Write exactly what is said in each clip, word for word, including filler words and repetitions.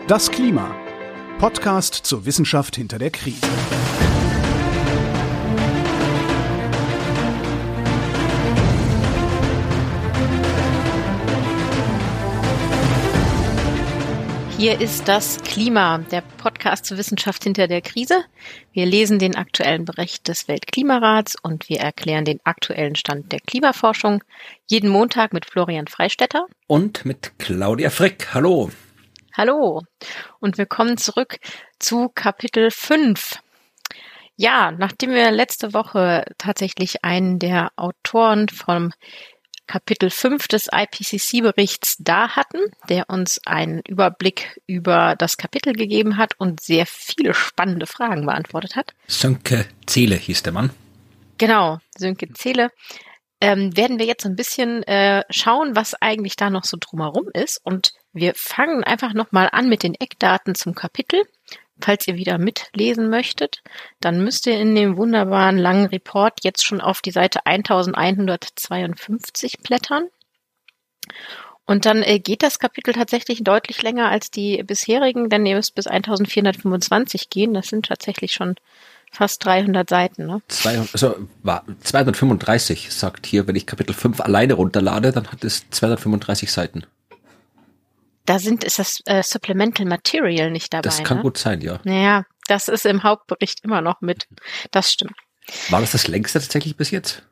Das Klima. Podcast zur Wissenschaft hinter der Krise. Hier ist das Klima, der Podcast zur Wissenschaft hinter der Krise. Wir lesen den aktuellen Bericht des Weltklimarats und wir erklären den aktuellen Stand der Klimaforschung. Jeden Montag mit Florian Freistetter. Und mit Claudia Frick. Hallo. Hallo. Und wir kommen zurück zu Kapitel fünf. Ja, nachdem wir letzte Woche tatsächlich einen der Autoren vom Kapitel fünf des I P C C-Berichts da hatten, der uns einen Überblick über das Kapitel gegeben hat und sehr viele spannende Fragen beantwortet hat. Sönke Zehle hieß der Mann. Genau, Sönke Zehle. Ähm, werden wir jetzt ein bisschen äh, schauen, was eigentlich da noch so drumherum ist. Und wir fangen einfach nochmal an mit den Eckdaten zum Kapitel. Falls ihr wieder mitlesen möchtet, dann müsst ihr in dem wunderbaren langen Report jetzt schon auf die Seite elfhundertzweiundfünfzig blättern. Und dann äh, geht das Kapitel tatsächlich deutlich länger als die bisherigen, denn ihr müsst bis eintausendvierhundertfünfundzwanzig gehen. Das sind tatsächlich schon fast dreihundert Seiten. Ne? zweihundert, also zweihundertfünfunddreißig sagt hier, wenn ich Kapitel fünf alleine runterlade, dann hat es zweihundertfünfunddreißig Seiten. Da sind, ist das äh, Supplemental Material nicht dabei. Das kann ne? gut sein, ja. Naja, das ist im Hauptbericht immer noch mit. Das stimmt. War das das längste tatsächlich bis jetzt?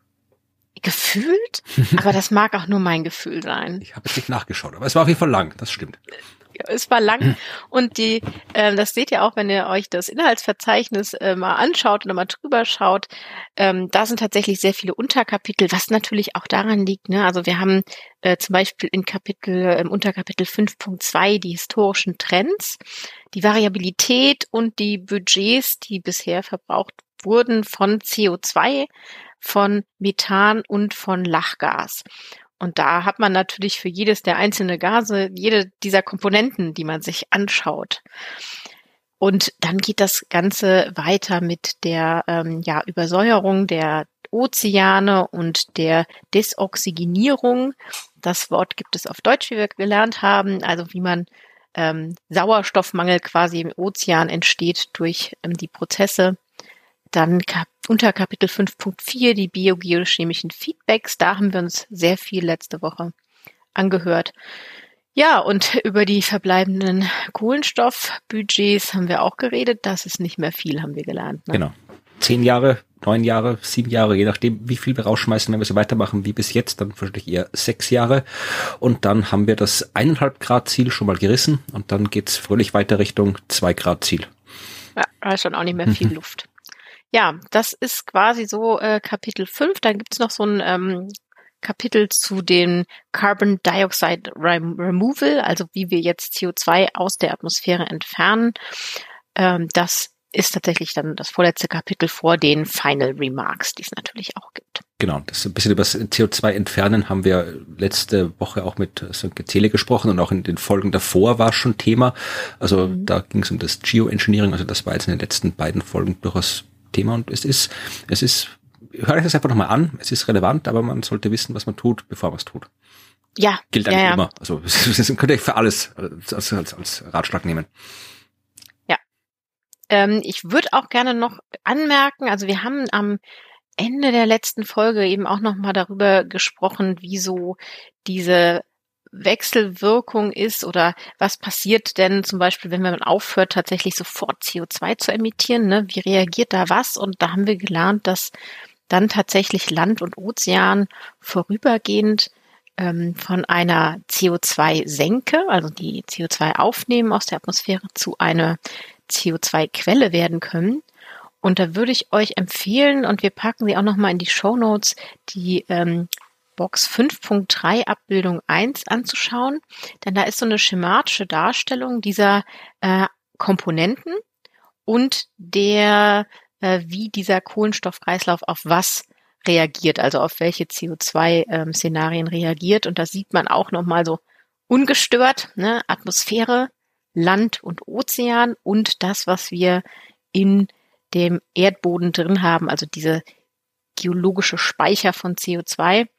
Gefühlt? Aber das mag auch nur mein Gefühl sein. Ich habe jetzt nicht nachgeschaut, aber es war auf jeden Fall lang, das stimmt. Es war lang und die, äh, das seht ihr auch, wenn ihr euch das Inhaltsverzeichnis äh, mal anschaut oder mal drüber schaut. Ähm, da sind tatsächlich sehr viele Unterkapitel, was natürlich auch daran liegt. Ne? Also wir haben äh, zum Beispiel in Kapitel, im Unterkapitel fünf Punkt zwei die historischen Trends, die Variabilität und die Budgets, die bisher verbraucht wurden von C O zwei, von Methan und von Lachgas. Und da hat man natürlich für jedes der einzelnen Gase, jede dieser Komponenten, die man sich anschaut. Und dann geht das Ganze weiter mit der ähm, ja, Übersäuerung der Ozeane und der Desoxygenierung. Das Wort gibt es auf Deutsch, wie wir gelernt haben. Also wie man ähm, Sauerstoffmangel quasi im Ozean entsteht durch ähm, die Prozesse. Dann Kap- unter Kapitel fünf Punkt vier die biogeochemischen Feedbacks. Da haben wir uns sehr viel letzte Woche angehört. Ja, und über die verbleibenden Kohlenstoffbudgets haben wir auch geredet. Das ist nicht mehr viel, haben wir gelernt. Ne? Genau. Zehn Jahre, neun Jahre, sieben Jahre, je nachdem, wie viel wir rausschmeißen, wenn wir so weitermachen wie bis jetzt, dann wahrscheinlich eher sechs Jahre. Und dann haben wir das eineinhalb Grad Ziel schon mal gerissen und dann geht's fröhlich weiter Richtung zwei Grad Ziel. Ja, da ist schon auch nicht mehr viel Luft. Ja, das ist quasi so äh, Kapitel fünf. Dann gibt's noch so ein ähm, Kapitel zu dem Carbon Dioxide Rem- Removal, also wie wir jetzt C O zwei aus der Atmosphäre entfernen. Ähm, das ist tatsächlich dann das vorletzte Kapitel vor den Final Remarks, die es natürlich auch gibt. Genau, das ein bisschen über das C O zwei entfernen haben wir letzte Woche auch mit Sönke Zehle gesprochen und auch in den Folgen davor war es schon Thema. Also mhm. da ging es um das Geoengineering, also das war jetzt in den letzten beiden Folgen durchaus Thema und es ist, es ist, hört euch das einfach nochmal an, es ist relevant, aber man sollte wissen, was man tut, bevor man es tut. Ja. Gilt eigentlich ja, ja. immer. Also das könnt ihr für alles als, als, als Ratschlag nehmen. Ja. Ähm, ich würde auch gerne noch anmerken, also wir haben am Ende der letzten Folge eben auch nochmal darüber gesprochen, wieso diese Wechselwirkung ist oder was passiert denn zum Beispiel, wenn man aufhört, tatsächlich sofort C O zwei zu emittieren, ne? Wie reagiert da was? Und da haben wir gelernt, dass dann tatsächlich Land und Ozean vorübergehend ähm, von einer C O zwei Senke, also die C O zwei aufnehmen aus der Atmosphäre, zu einer C O zwei Quelle werden können. Und da würde ich euch empfehlen, und wir packen sie auch nochmal in die Shownotes, die ähm, Box fünf Punkt drei Abbildung eins anzuschauen, denn da ist so eine schematische Darstellung dieser äh, Komponenten und der, äh, wie dieser Kohlenstoffkreislauf auf was reagiert, also auf welche C O zwei Szenarien reagiert. Und da sieht man auch nochmal so ungestört, ne, Atmosphäre, Land und Ozean und das, was wir in dem Erdboden drin haben, also diese geologische Speicher von C O zwei.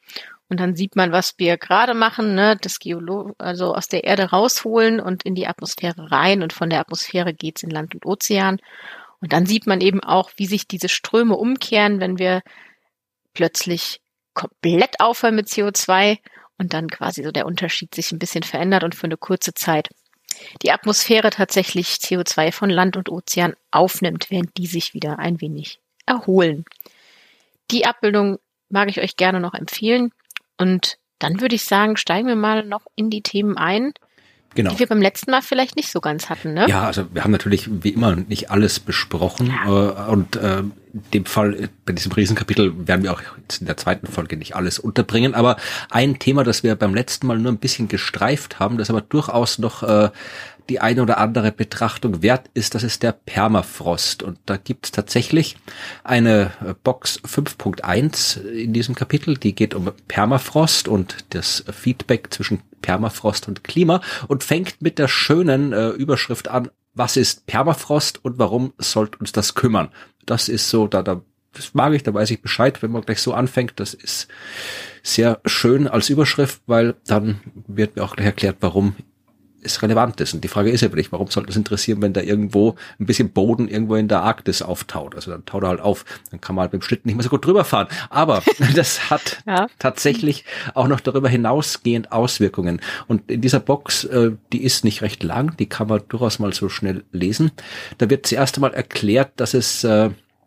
Und dann sieht man, was wir gerade machen, ne, das Geolo- also aus der Erde rausholen und in die Atmosphäre rein und von der Atmosphäre geht's in Land und Ozean. Und dann sieht man eben auch, wie sich diese Ströme umkehren, wenn wir plötzlich komplett aufhören mit C O zwei und dann quasi so der Unterschied sich ein bisschen verändert und für eine kurze Zeit die Atmosphäre tatsächlich C O zwei von Land und Ozean aufnimmt, während die sich wieder ein wenig erholen. Die Abbildung mag ich euch gerne noch empfehlen. Und dann würde ich sagen, steigen wir mal noch in die Themen ein, genau, die wir beim letzten Mal vielleicht nicht so ganz hatten, ne? Ja, also wir haben natürlich wie immer nicht alles besprochen. Ja. Äh, und äh, in dem Fall, bei diesem Riesenkapitel, werden wir auch jetzt in der zweiten Folge nicht alles unterbringen. Aber ein Thema, das wir beim letzten Mal nur ein bisschen gestreift haben, das aber durchaus noch äh, die eine oder andere Betrachtung wert ist, das ist der Permafrost. Und da gibt es tatsächlich eine Box fünf Punkt eins in diesem Kapitel, die geht um Permafrost und das Feedback zwischen Permafrost und Klima und fängt mit der schönen äh, Überschrift an, was ist Permafrost und warum sollte uns das kümmern? Das ist so, da, da, das mag ich, da weiß ich Bescheid, wenn man gleich so anfängt. Das ist sehr schön als Überschrift, weil dann wird mir auch gleich erklärt, warum es relevant ist. Und die Frage ist ja wirklich, warum sollte es interessieren, wenn da irgendwo ein bisschen Boden irgendwo in der Arktis auftaut? Also dann taut er halt auf, dann kann man halt mit dem Schlitten nicht mehr so gut drüber fahren. Aber das hat ja tatsächlich auch noch darüber hinausgehend Auswirkungen. Und in dieser Box, äh, die ist nicht recht lang, die kann man durchaus mal so schnell lesen. Da wird zuerst einmal erklärt, dass es äh,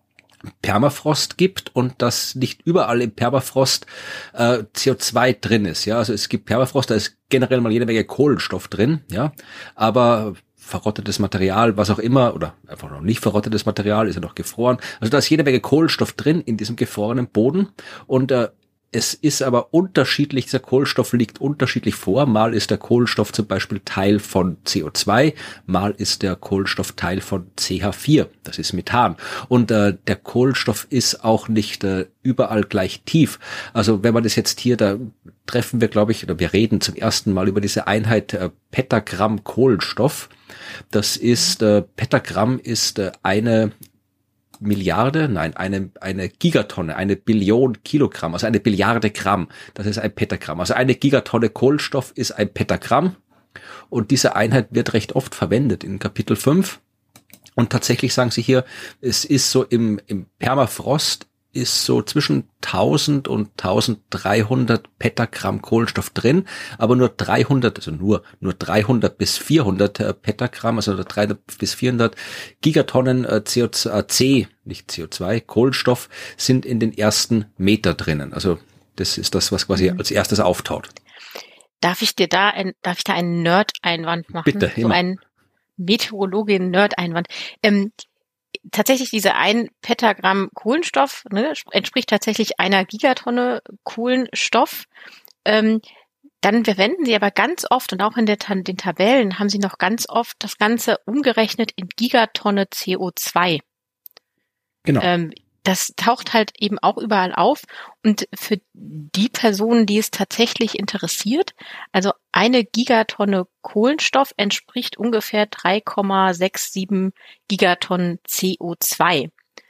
Permafrost gibt und dass nicht überall im Permafrost äh, C O zwei drin ist. Ja, also es gibt Permafrost, da ist generell mal jede Menge Kohlenstoff drin, ja, aber verrottetes Material, was auch immer, oder einfach noch nicht verrottetes Material, ist ja noch gefroren. Also da ist jede Menge Kohlenstoff drin in diesem gefrorenen Boden und äh, es ist aber unterschiedlich, dieser Kohlenstoff liegt unterschiedlich vor. Mal ist der Kohlenstoff zum Beispiel Teil von C O zwei, mal ist der Kohlenstoff Teil von C H vier, das ist Methan. Und äh, der Kohlenstoff ist auch nicht äh, überall gleich tief. Also wenn man das jetzt hier, da treffen wir, glaube ich, oder wir reden zum ersten Mal über diese Einheit äh, Petagramm Kohlenstoff. Das ist, äh, Petagramm ist äh, eine Milliarde, nein, eine, eine Gigatonne, eine Billion Kilogramm, also eine Billiarde Gramm, das ist ein Petagramm. Also eine Gigatonne Kohlenstoff ist ein Petagramm und diese Einheit wird recht oft verwendet in Kapitel fünf. Und tatsächlich sagen sie hier, es ist so im, im Permafrost ist so zwischen tausend und eintausenddreihundert Petagramm Kohlenstoff drin, aber nur dreihundert, also nur nur dreihundert bis vierhundert äh, Petagramm, also dreihundert bis vierhundert Gigatonnen äh, C O zwei, äh, C, nicht C O zwei, Kohlenstoff sind in den ersten Meter drinnen. Also das ist das, was quasi als erstes auftaut. Darf ich dir da ein, darf ich da einen Nerd-Einwand machen? Bitte, immer. So einen Meteorologin-Nerd-Einwand. Ähm, Tatsächlich diese ein Petagramm Kohlenstoff, ne, entspricht tatsächlich einer Gigatonne Kohlenstoff. Ähm, dann verwenden sie aber ganz oft und auch in der, den Tabellen haben sie noch ganz oft das Ganze umgerechnet in Gigatonne C O zwei. Genau. Ähm, das taucht halt eben auch überall auf. Und für die Personen, die es tatsächlich interessiert, also eine Gigatonne Kohlenstoff entspricht ungefähr drei Komma siebenundsechzig Gigatonnen C O zwei,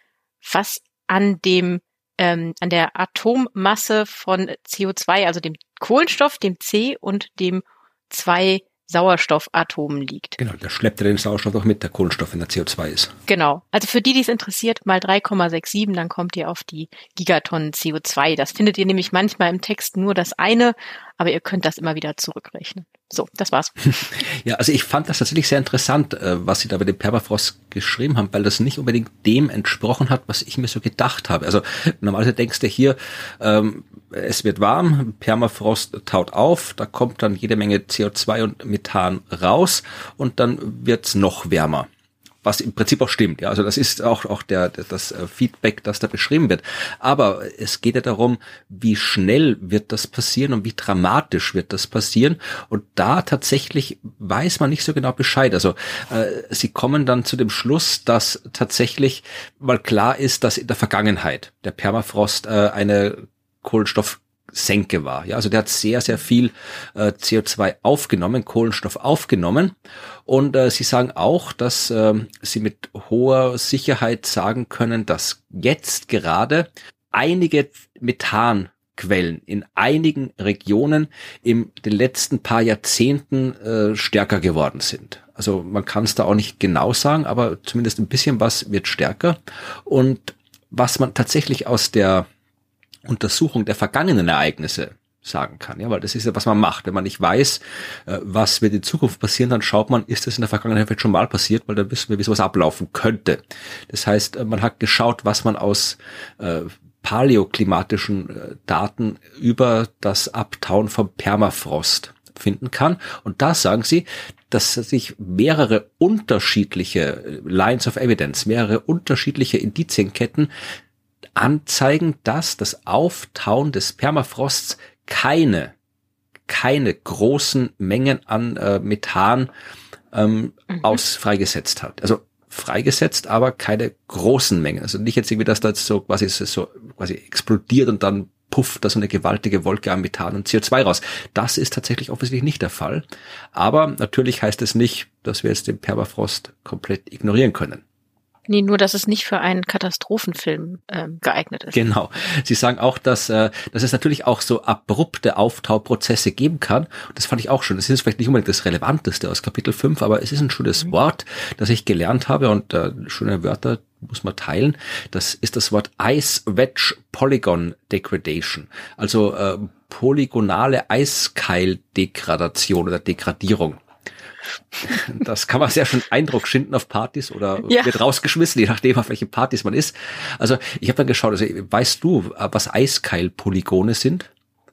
was an dem ähm, an der Atommasse von C O zwei, also dem Kohlenstoff, dem C und dem zwei Sauerstoffatomen liegt. Genau, der schleppt ja den Sauerstoff auch mit, der Kohlenstoff, wenn der C O zwei ist. Genau. Also für die, die es interessiert, mal drei Komma siebenundsechzig, dann kommt ihr auf die Gigatonnen C O zwei. Das findet ihr nämlich manchmal im Text nur das eine, aber ihr könnt das immer wieder zurückrechnen. So, das war's. Ja, also ich fand das tatsächlich sehr interessant, was Sie da bei dem Permafrost geschrieben haben, weil das nicht unbedingt dem entsprochen hat, was ich mir so gedacht habe. Also normalerweise denkst du hier, ähm, es wird warm, Permafrost taut auf, da kommt dann jede Menge C O zwei und Methan raus und dann wird's noch wärmer. Was im Prinzip auch stimmt, ja. Also das ist auch, auch der, das Feedback, das da beschrieben wird. Aber es geht ja darum, wie schnell wird das passieren und wie dramatisch wird das passieren. Und da tatsächlich weiß man nicht so genau Bescheid. Also äh, sie kommen dann zu dem Schluss, dass tatsächlich mal klar ist, dass in der Vergangenheit der Permafrost äh, eine Kohlenstoff Senke war. Ja, also der hat sehr, sehr viel äh, C O zwei aufgenommen, Kohlenstoff aufgenommen. Und äh, sie sagen auch, dass äh, sie mit hoher Sicherheit sagen können, dass jetzt gerade einige Methan Quellen in einigen Regionen in den letzten paar Jahrzehnten äh, stärker geworden sind. Also man kann es da auch nicht genau sagen, aber zumindest ein bisschen was wird stärker. Und was man tatsächlich aus der Untersuchung der vergangenen Ereignisse sagen kann, ja, weil das ist ja, was man macht. Wenn man nicht weiß, äh, was wird in Zukunft passieren, dann schaut man, ist das in der Vergangenheit vielleicht schon mal passiert, weil dann wissen wir, wie sowas ablaufen könnte. Das heißt, man hat geschaut, was man aus äh, paläoklimatischen äh, Daten über das Abtauen vom Permafrost finden kann. Und da sagen sie, dass sich mehrere unterschiedliche Lines of Evidence, mehrere unterschiedliche Indizienketten anzeigen, dass das Auftauen des Permafrosts keine, keine großen Mengen an äh, Methan ähm, mhm. aus freigesetzt hat. Also freigesetzt, aber keine großen Mengen. Also nicht jetzt irgendwie, dass das so quasi so quasi explodiert und dann pufft da so eine gewaltige Wolke an Methan und C O zwei raus. Das ist tatsächlich offensichtlich nicht der Fall. Aber natürlich heißt es nicht, dass wir jetzt den Permafrost komplett ignorieren können. Nee, nur, dass es nicht für einen Katastrophenfilm ähm, geeignet ist. Genau. Sie sagen auch, dass, äh, dass es natürlich auch so abrupte Auftauprozesse geben kann. Und das fand ich auch schön. Das ist vielleicht nicht unbedingt das Relevanteste aus Kapitel fünf, aber es ist ein schönes mhm. Wort, das ich gelernt habe. Und äh, schöne Wörter muss man teilen. Das ist das Wort Ice Wedge Polygon Degradation. Also äh, polygonale Eiskeildegradation oder Degradierung. Das kann man sehr schön Eindruck schinden auf Partys oder ja. wird rausgeschmissen, je nachdem, auf welche Partys man ist. Also ich habe dann geschaut, also weißt du, was Eiskeilpolygone sind?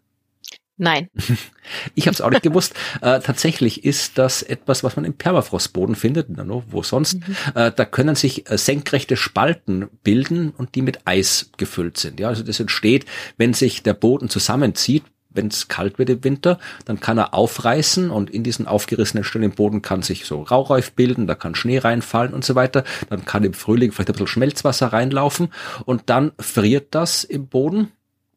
Nein. Ich habe es auch nicht gewusst. Äh, tatsächlich ist das etwas, was man im Permafrostboden findet, no, wo sonst. Mhm. Äh, da können sich äh, senkrechte Spalten bilden und die mit Eis gefüllt sind. Ja, also das entsteht, wenn sich der Boden zusammenzieht. Wenn es kalt wird im Winter, dann kann er aufreißen und in diesen aufgerissenen Stellen im Boden kann sich so Raureif bilden, da kann Schnee reinfallen und so weiter. Dann kann im Frühling vielleicht ein bisschen Schmelzwasser reinlaufen und dann friert das im Boden.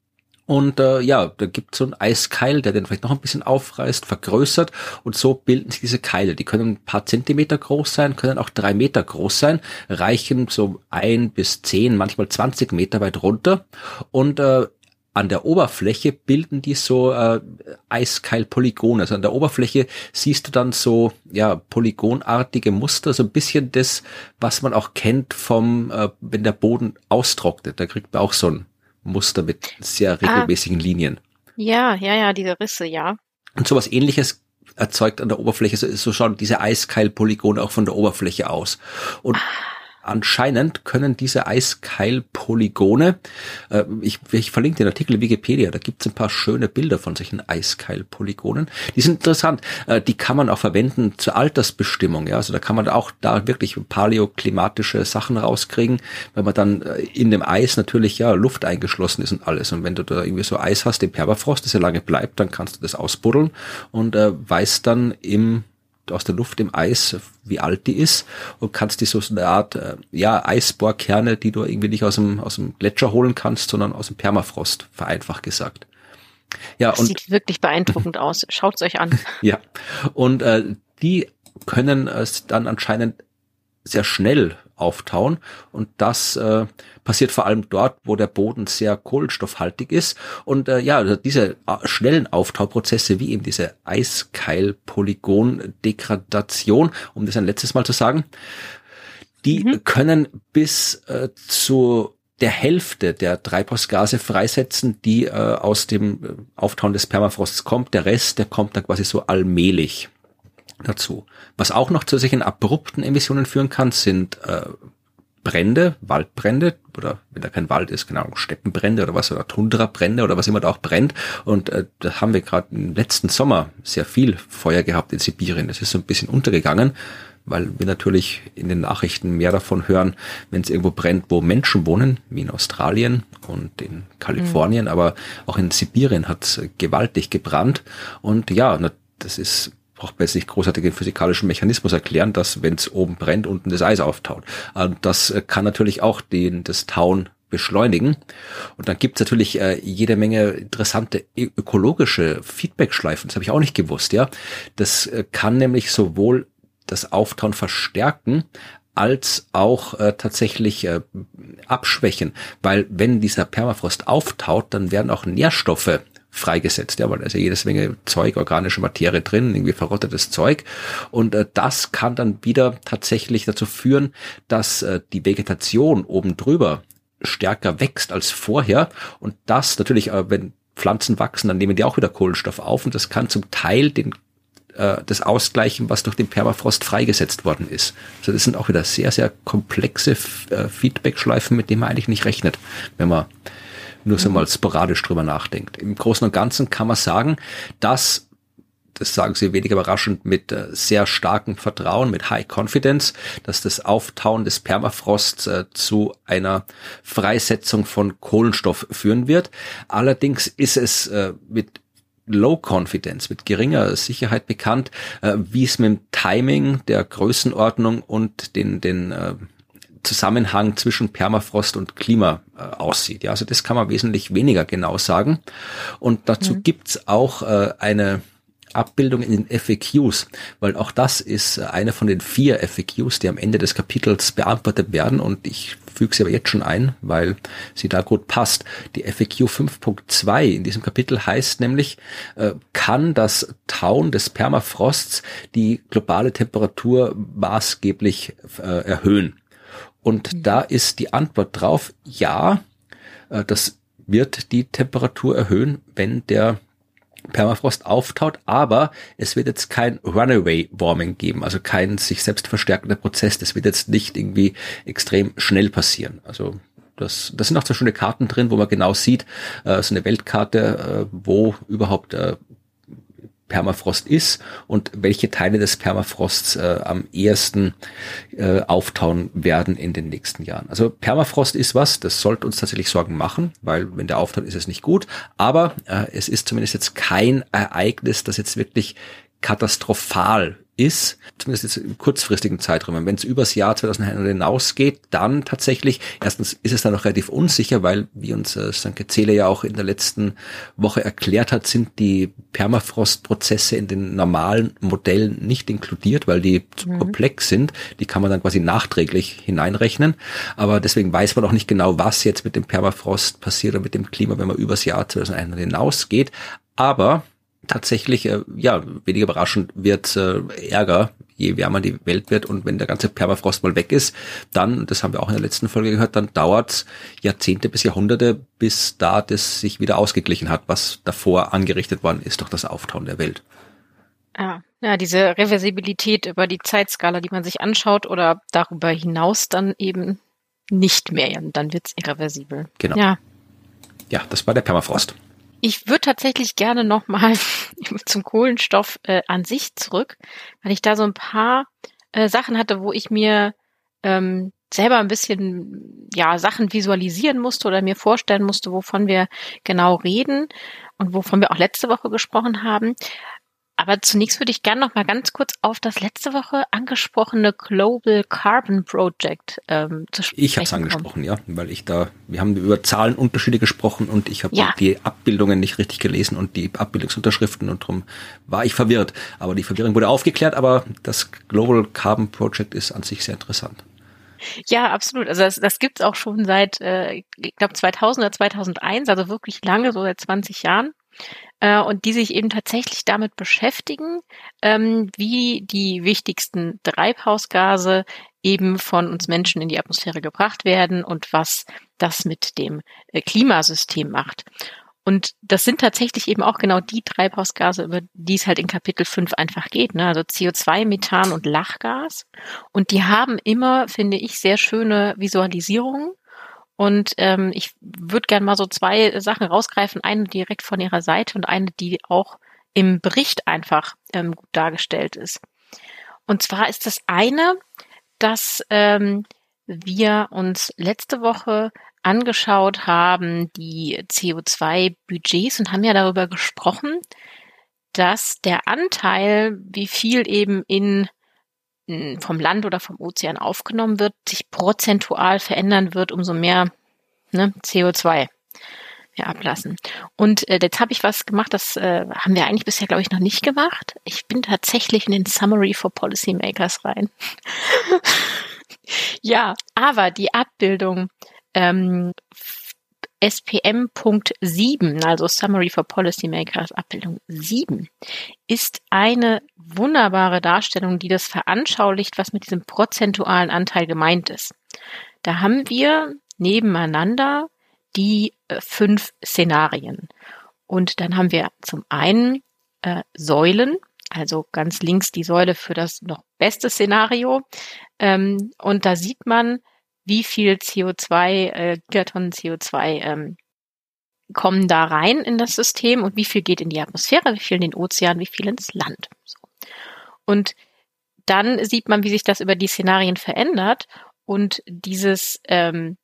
Und äh, ja, da gibt es so einen Eiskeil, der den vielleicht noch ein bisschen aufreißt, vergrößert und so bilden sich diese Keile. Die können ein paar Zentimeter groß sein, können auch drei Meter groß sein, reichen so ein bis zehn, manchmal zwanzig Meter weit runter und äh, an der Oberfläche bilden die so äh, Eiskeilpolygone. Also an der Oberfläche siehst du dann so ja polygonartige Muster, so ein bisschen das, was man auch kennt vom, äh, wenn der Boden austrocknet. Da kriegt man auch so ein Muster mit sehr regelmäßigen ah. Linien. Ja, ja, ja, diese Risse, ja. Und sowas Ähnliches erzeugt an der Oberfläche, so, so schauen diese Eiskeilpolygone auch von der Oberfläche aus. Und ah. anscheinend können diese Eiskeilpolygone, äh, ich, ich verlinke den Artikel in Wikipedia, da gibt es ein paar schöne Bilder von solchen Eiskeilpolygonen. Die sind interessant, äh, die kann man auch verwenden zur Altersbestimmung. Ja, also da kann man auch da wirklich paläoklimatische Sachen rauskriegen, weil man dann äh, in dem Eis natürlich ja Luft eingeschlossen ist und alles. Und wenn du da irgendwie so Eis hast, im Permafrost, das ja lange bleibt, dann kannst du das ausbuddeln und äh, weißt dann im aus der Luft im Eis, wie alt die ist und kannst die so eine Art, äh, ja, Eisbohrkerne, die du irgendwie nicht aus dem, aus dem Gletscher holen kannst, sondern aus dem Permafrost, vereinfacht gesagt. Ja, das und sieht wirklich beeindruckend aus. Schaut's euch an. Ja, und äh, die können es dann anscheinend sehr schnell auftauen und das äh, passiert vor allem dort, wo der Boden sehr kohlenstoffhaltig ist und äh, ja, also diese äh, schnellen Auftauprozesse wie eben diese Eiskeilpolygon-Degradation, um das ein letztes Mal zu sagen, die mhm. können bis äh, zu der Hälfte der Treibhausgase freisetzen, die äh, aus dem Auftauen des Permafrosts kommt. Der Rest, der kommt dann quasi so allmählich dazu. Was auch noch zu solchen abrupten Emissionen führen kann, sind äh, Brände, Waldbrände oder wenn da kein Wald ist, genau, Steppenbrände oder was oder Tundrabrände oder was immer da auch brennt. Und äh, da haben wir gerade im letzten Sommer sehr viel Feuer gehabt in Sibirien. Das ist so ein bisschen untergegangen, weil wir natürlich in den Nachrichten mehr davon hören, wenn es irgendwo brennt, wo Menschen wohnen, wie in Australien und in Kalifornien, mhm. aber auch in Sibirien hat es gewaltig gebrannt. Und ja, das ist braucht man jetzt nicht großartig den physikalischen Mechanismus erklären, dass wenn es oben brennt, unten das Eis auftaut. Und das kann natürlich auch den, das Tauen beschleunigen. Und dann gibt es natürlich äh, jede Menge interessante ökologische Feedback-Schleifen. Das habe ich auch nicht gewusst, ja. Das äh, kann nämlich sowohl das Auftauen verstärken, als auch äh, tatsächlich äh, abschwächen, weil wenn dieser Permafrost auftaut, dann werden auch Nährstoffe freigesetzt, ja, weil da ist ja jedes Menge Zeug, organische Materie drin, irgendwie verrottetes Zeug, und äh, das kann dann wieder tatsächlich dazu führen, dass äh, die Vegetation oben drüber stärker wächst als vorher, und das natürlich, äh, wenn Pflanzen wachsen, dann nehmen die auch wieder Kohlenstoff auf, und das kann zum Teil den äh, das ausgleichen, was durch den Permafrost freigesetzt worden ist. Also das sind auch wieder sehr, sehr komplexe F- äh, Feedback-Schleifen, mit denen man eigentlich nicht rechnet, wenn man nur so mal sporadisch drüber nachdenkt. Im Großen und Ganzen kann man sagen, dass, das sagen Sie weniger überraschend, mit äh, sehr starkem Vertrauen, mit High Confidence, dass das Auftauen des Permafrosts äh, zu einer Freisetzung von Kohlenstoff führen wird. Allerdings ist es äh, mit Low Confidence, mit geringer Sicherheit bekannt, äh, wie es mit dem Timing, der Größenordnung und den, den äh, Zusammenhang zwischen Permafrost und Klima äh, aussieht. Ja, also das kann man wesentlich weniger genau sagen. Und dazu mhm. gibt's auch äh, eine Abbildung in den F A Qs, weil auch das ist äh, eine von den vier F A Qs, die am Ende des Kapitels beantwortet werden, und ich füge sie aber jetzt schon ein, weil sie da gut passt. Die F A Q fünf Punkt zwei in diesem Kapitel heißt nämlich, äh, kann das Tauen des Permafrosts die globale Temperatur maßgeblich äh, erhöhen? Und mhm. da ist die Antwort drauf, ja, äh, das wird die Temperatur erhöhen, wenn der Permafrost auftaut, aber es wird jetzt kein Runaway Warming geben, also kein sich selbst verstärkender Prozess. Das wird jetzt nicht irgendwie extrem schnell passieren. Also das, das sind auch so schöne Karten drin, wo man genau sieht, äh, so eine Weltkarte, äh, wo überhaupt äh, Permafrost ist und welche Teile des Permafrosts äh, am ehesten äh, auftauen werden in den nächsten Jahren. Also Permafrost ist was, das sollte uns tatsächlich Sorgen machen, weil wenn der auftaut, ist es nicht gut, aber äh, es ist zumindest jetzt kein Ereignis, das jetzt wirklich katastrophal ist, zumindest jetzt im kurzfristigen Zeitraum. Wenn es übers Jahr zweitausendeinhundert hinausgeht, dann tatsächlich, erstens ist es dann noch relativ unsicher, weil, wie uns äh, Sönke Zehle ja auch in der letzten Woche erklärt hat, sind die Permafrost-Prozesse in den normalen Modellen nicht inkludiert, weil die zu mhm. komplex sind. Die kann man dann quasi nachträglich hineinrechnen. Aber deswegen weiß man auch nicht genau, was jetzt mit dem Permafrost passiert oder mit dem Klima, wenn man übers Jahr zweitausendeinhundert hinausgeht. Aber tatsächlich, äh, ja, weniger überraschend wird äh, Ärger, je wärmer die Welt wird, und wenn der ganze Permafrost mal weg ist, dann, das haben wir auch in der letzten Folge gehört, dann dauert Jahrzehnte bis Jahrhunderte, bis da das sich wieder ausgeglichen hat, was davor angerichtet worden ist durch das Auftauen der Welt. Ja, ja, diese Reversibilität über die Zeitskala, die man sich anschaut, oder darüber hinaus dann eben nicht mehr, dann wird's irreversibel. Genau. Ja. Ja, das war der Permafrost. Ich würde tatsächlich gerne nochmal zum Kohlenstoff äh, an sich zurück, weil ich da so ein paar äh, Sachen hatte, wo ich mir ähm, selber ein bisschen ja Sachen visualisieren musste oder mir vorstellen musste, wovon wir genau reden und wovon wir auch letzte Woche gesprochen haben. Aber zunächst würde ich gerne noch mal ganz kurz auf das letzte Woche angesprochene Global Carbon Project ähm, zu sprechen Ich habe es angesprochen, ja, weil ich da, wir haben über Zahlenunterschiede gesprochen und ich habe ja. die Abbildungen nicht richtig gelesen und die Abbildungsunterschriften, und darum war ich verwirrt. Aber die Verwirrung wurde aufgeklärt, aber das Global Carbon Project ist an sich sehr interessant. Ja, absolut. Also das, das gibt's auch schon seit, äh, ich glaube zweitausend oder zweitausendeins, also wirklich lange, so seit zwanzig Jahren. Und die sich eben tatsächlich damit beschäftigen, ähm, wie die wichtigsten Treibhausgase eben von uns Menschen in die Atmosphäre gebracht werden und was das mit dem äh, Klimasystem macht. Und das sind tatsächlich eben auch genau die Treibhausgase, über die es halt in Kapitel fünf einfach geht, ne? Also C O zwei, Methan und Lachgas. Und die haben immer, finde ich, sehr schöne Visualisierungen. Und ähm, ich würde gerne mal so zwei Sachen rausgreifen, eine direkt von ihrer Seite und eine, die auch im Bericht einfach ähm, gut dargestellt ist. Und zwar ist das eine, dass ähm, wir uns letzte Woche angeschaut haben, die C O zwei Budgets, und haben ja darüber gesprochen, dass der Anteil, wie viel eben in vom Land oder vom Ozean aufgenommen wird, sich prozentual verändern wird, umso mehr ne, C O zwei wir ablassen. Und äh, jetzt habe ich was gemacht, das äh, haben wir eigentlich bisher, glaube ich, noch nicht gemacht. Ich bin tatsächlich in den Summary for Policymakers rein. Ja, aber die Abbildung ähm, S P M Punkt sieben, also Summary for Policymakers, Abbildung sieben, ist eine wunderbare Darstellung, die das veranschaulicht, was mit diesem prozentualen Anteil gemeint ist. Da haben wir nebeneinander die äh, fünf Szenarien. Und dann haben wir zum einen äh, Säulen, also ganz links die Säule für das noch beste Szenario. Ähm, und da sieht man, wie viel C O zwei, äh, Gigatonnen C O zwei ähm, kommen da rein in das System und wie viel geht in die Atmosphäre, wie viel in den Ozean, wie viel ins Land. So. Und dann sieht man, wie sich das über die Szenarien verändert und dieses, ähm,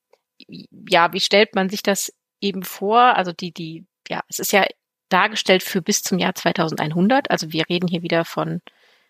ja, wie stellt man sich das eben vor? Also die, die, ja, es ist ja dargestellt für bis zum Jahr zweitausendeinhundert. Also wir reden hier wieder von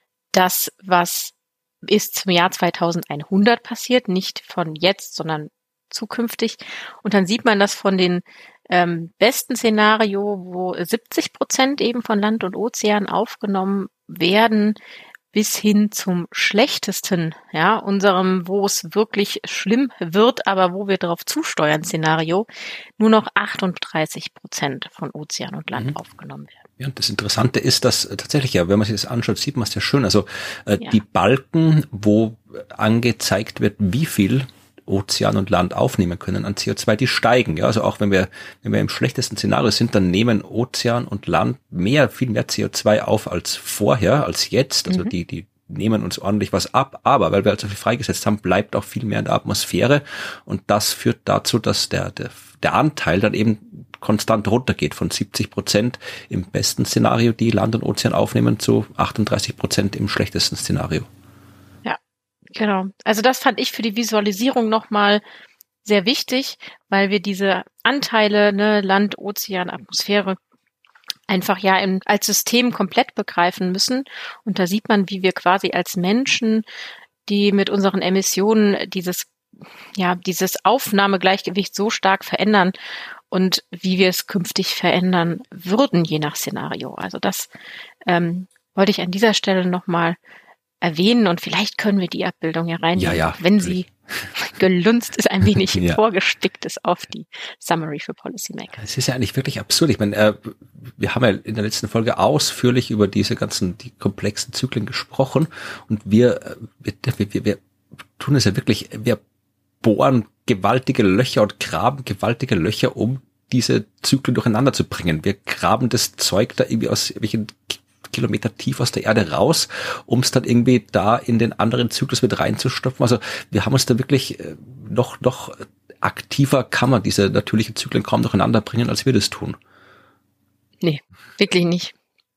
das, was ist zum Jahr zweitausendeinhundert passiert, nicht von jetzt, sondern zukünftig. Und dann sieht man das von den ähm, besten Szenario, wo siebzig Prozent eben von Land und Ozean aufgenommen werden, bis hin zum schlechtesten, ja, unserem, wo es wirklich schlimm wird, aber wo wir darauf zusteuern, Szenario, nur noch achtunddreißig Prozent von Ozean und Land mhm. aufgenommen werden. Ja, und das Interessante ist, dass tatsächlich, ja, wenn man sich das anschaut, sieht man es ja schön. Also äh, ja. die Balken, wo angezeigt wird, wie viel Ozean und Land aufnehmen können an C O zwei, die steigen. Ja, also auch wenn wir, wenn wir im schlechtesten Szenario sind, dann nehmen Ozean und Land mehr, viel mehr C O zwei auf als vorher, als jetzt. Also mhm. die, die nehmen uns ordentlich was ab. Aber weil wir halt so viel freigesetzt haben, bleibt auch viel mehr in der Atmosphäre. Und das führt dazu, dass der, der, der Anteil dann eben konstant runtergeht von siebzig Prozent im besten Szenario, die Land und Ozean aufnehmen, zu achtunddreißig Prozent im schlechtesten Szenario. Ja, genau. Also das fand ich für die Visualisierung nochmal sehr wichtig, weil wir diese Anteile, ne, Land, Ozean, Atmosphäre, einfach ja im, als System komplett begreifen müssen. Und da sieht man, wie wir quasi als Menschen, die mit unseren Emissionen dieses, ja, dieses Aufnahmegleichgewicht so stark verändern und wie wir es künftig verändern würden, je nach Szenario. Also das ähm, wollte ich an dieser Stelle nochmal erwähnen und vielleicht können wir die Abbildung ja reinnehmen, ja, ja, wenn natürlich. sie gelunzt ist, ein wenig ja. vorgestickt ist auf die Summary für Policymakers. Es ist ja eigentlich wirklich absurd. Ich meine, äh, wir haben ja in der letzten Folge ausführlich über diese ganzen, die komplexen Zyklen gesprochen und wir, wir, wir, wir tun es ja wirklich, wir bohren gewaltige Löcher und graben gewaltige Löcher, um diese Zyklen durcheinander zu bringen. Wir graben das Zeug da irgendwie aus irgendwelchen Kilometer tief aus der Erde raus, um es dann irgendwie da in den anderen Zyklus mit reinzustopfen. Also wir haben uns da wirklich noch, noch aktiver, kann man diese natürlichen Zyklen kaum durcheinander bringen, als wir das tun. Nee, wirklich nicht.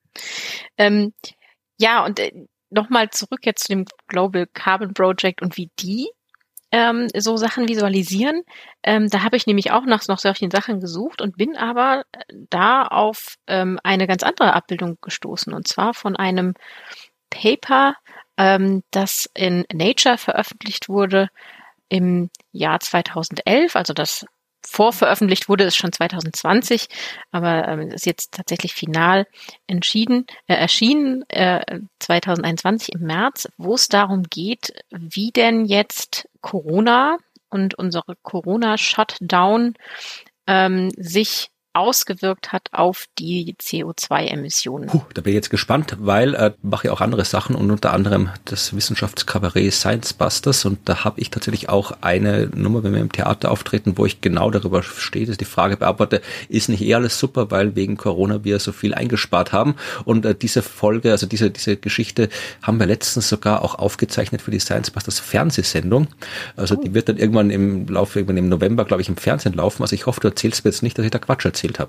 Ähm, ja, und äh, nochmal zurück jetzt zu dem Global Carbon Project und wie die ähm, so Sachen visualisieren. Ähm, da habe ich nämlich auch nach noch solchen Sachen gesucht und bin aber da auf ähm, eine ganz andere Abbildung gestoßen, und zwar von einem Paper, ähm, das in Nature veröffentlicht wurde im Jahr zweitausendelf, also das vorveröffentlicht wurde es schon zweitausendzwanzig, aber ähm, ist jetzt tatsächlich final entschieden, äh, erschienen äh, zweitausendeinundzwanzig im März, wo es darum geht, wie denn jetzt Corona und unsere Corona-Shutdown ähm, sich ausgewirkt hat auf die C O zwei Emissionen. Puh, da bin ich jetzt gespannt, weil äh, mache ich auch andere Sachen und unter anderem das Wissenschaftskabarett Science Busters, und da habe ich tatsächlich auch eine Nummer, wenn wir im Theater auftreten, wo ich genau darüber stehe, dass die Frage beantworte, ist nicht eh alles super, weil wegen Corona wir so viel eingespart haben, und äh, diese Folge, also diese diese Geschichte haben wir letztens sogar auch aufgezeichnet für die Science Busters Fernsehsendung, also oh. die wird dann irgendwann im Laufe, irgendwann im November, glaube ich, im Fernsehen laufen, also ich hoffe, du erzählst mir jetzt nicht, dass ich da Quatsch erzähle. habe.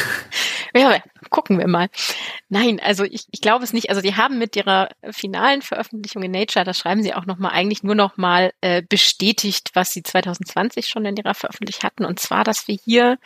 Ja, gucken wir mal. Nein, also ich, ich glaube es nicht. Also die haben mit ihrer finalen Veröffentlichung in Nature, da schreiben sie auch nochmal, eigentlich nur nochmal äh, bestätigt, was sie zweitausendzwanzig schon in ihrer Veröffentlichung hatten. Und zwar, dass wir hier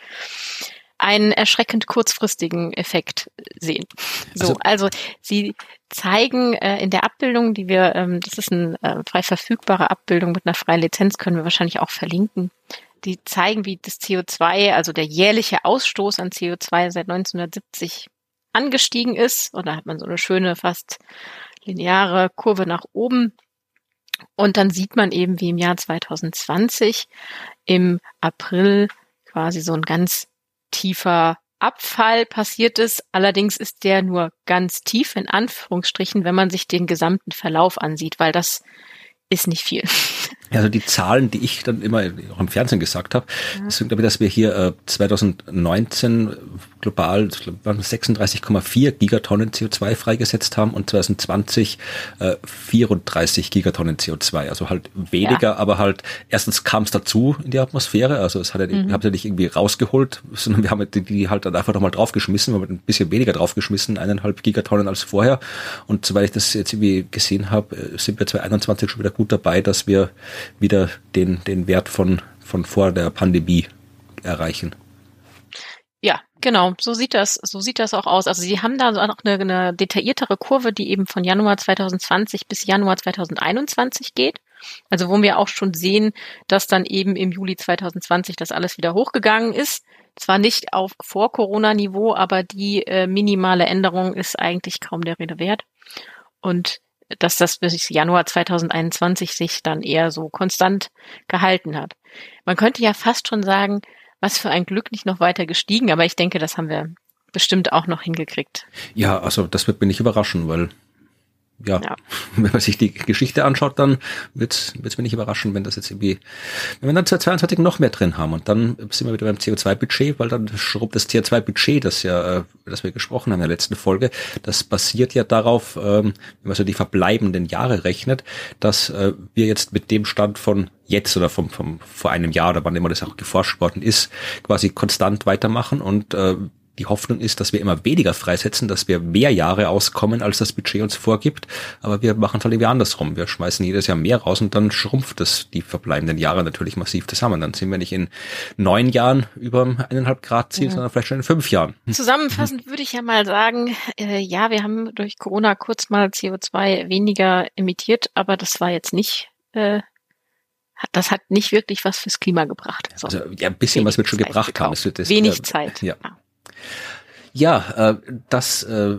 einen erschreckend kurzfristigen Effekt sehen. So, also, also sie zeigen äh, in der Abbildung, die wir, ähm, das ist eine äh, frei verfügbare Abbildung mit einer freien Lizenz, können wir wahrscheinlich auch verlinken. Die zeigen, wie das C O zwei, also der jährliche Ausstoß an C O zwei seit neunzehnhundertsiebzig angestiegen ist. Und da hat man so eine schöne, fast lineare Kurve nach oben. Und dann sieht man eben, wie im Jahr zwanzig zwanzig im April quasi so ein ganz tiefer Abfall passiert ist. Allerdings ist der nur ganz tief in Anführungsstrichen, wenn man sich den gesamten Verlauf ansieht, weil das ist nicht viel. Also die Zahlen, die ich dann immer auch im Fernsehen gesagt habe, ja. das sind, glaube ich, dass wir hier äh, zwanzig neunzehn global sechsunddreißig Komma vier Gigatonnen C O zwei freigesetzt haben und zwanzig zwanzig äh, vierunddreißig Gigatonnen C O zwei. Also halt weniger, ja. aber halt erstens kam es dazu in die Atmosphäre. Also es hat ja, mhm. wir haben ja nicht irgendwie rausgeholt, sondern wir haben die, die halt dann einfach nochmal draufgeschmissen, wir haben ein bisschen weniger draufgeschmissen, eineinhalb Gigatonnen als vorher. Und soweit ich das jetzt irgendwie gesehen habe, sind wir zwanzig einundzwanzig schon wieder gut dabei, dass wir wieder den, den Wert von, von vor der Pandemie erreichen. Ja, genau. So sieht das, so sieht das auch aus. Also Sie haben da auch eine, eine detailliertere Kurve, die eben von Januar zwanzig zwanzig bis Januar zwanzig einundzwanzig geht. Also wo wir auch schon sehen, dass dann eben im Juli zwanzig zwanzig das alles wieder hochgegangen ist. Zwar nicht auf Vor-Corona-Niveau, aber die äh, minimale Änderung ist eigentlich kaum der Rede wert. Und dass das bis Januar zwanzig einundzwanzig sich dann eher so konstant gehalten hat. Man könnte ja fast schon sagen, was für ein Glück, nicht noch weiter gestiegen, aber ich denke, das haben wir bestimmt auch noch hingekriegt. Ja, also das wird mich nicht überraschen, weil ja, ja. wenn man sich die Geschichte anschaut, dann wird es mich nicht überraschen, wenn das jetzt irgendwie, wenn wir dann zwanzig zweiundzwanzig noch mehr drin haben und dann sind wir wieder beim C O zwei Budget, weil dann schrubbt das C O zwei Budget, das ja, das wir gesprochen haben in der letzten Folge, das basiert ja darauf, wenn man so die verbleibenden Jahre rechnet, dass wir jetzt mit dem Stand von jetzt oder vom, vom vor einem Jahr oder wann immer das auch geforscht worden ist, quasi konstant weitermachen und die Hoffnung ist, dass wir immer weniger freisetzen, dass wir mehr Jahre auskommen, als das Budget uns vorgibt. Aber wir machen es halt irgendwie andersrum. Wir schmeißen jedes Jahr mehr raus und dann schrumpft das die verbleibenden Jahre natürlich massiv zusammen. Dann sind wir nicht in neun Jahren über eineinhalb Grad Ziel, ja. sondern vielleicht schon in fünf Jahren. Zusammenfassend würde ich ja mal sagen, äh, ja, wir haben durch Corona kurz mal C O zwei weniger emittiert, aber das war jetzt nicht, äh, das hat nicht wirklich was fürs Klima gebracht. So. Also ja, ein bisschen was wird schon gebracht haben. Das wird das, Wenig äh, Zeit. Ja. ja. Ja, äh, das äh,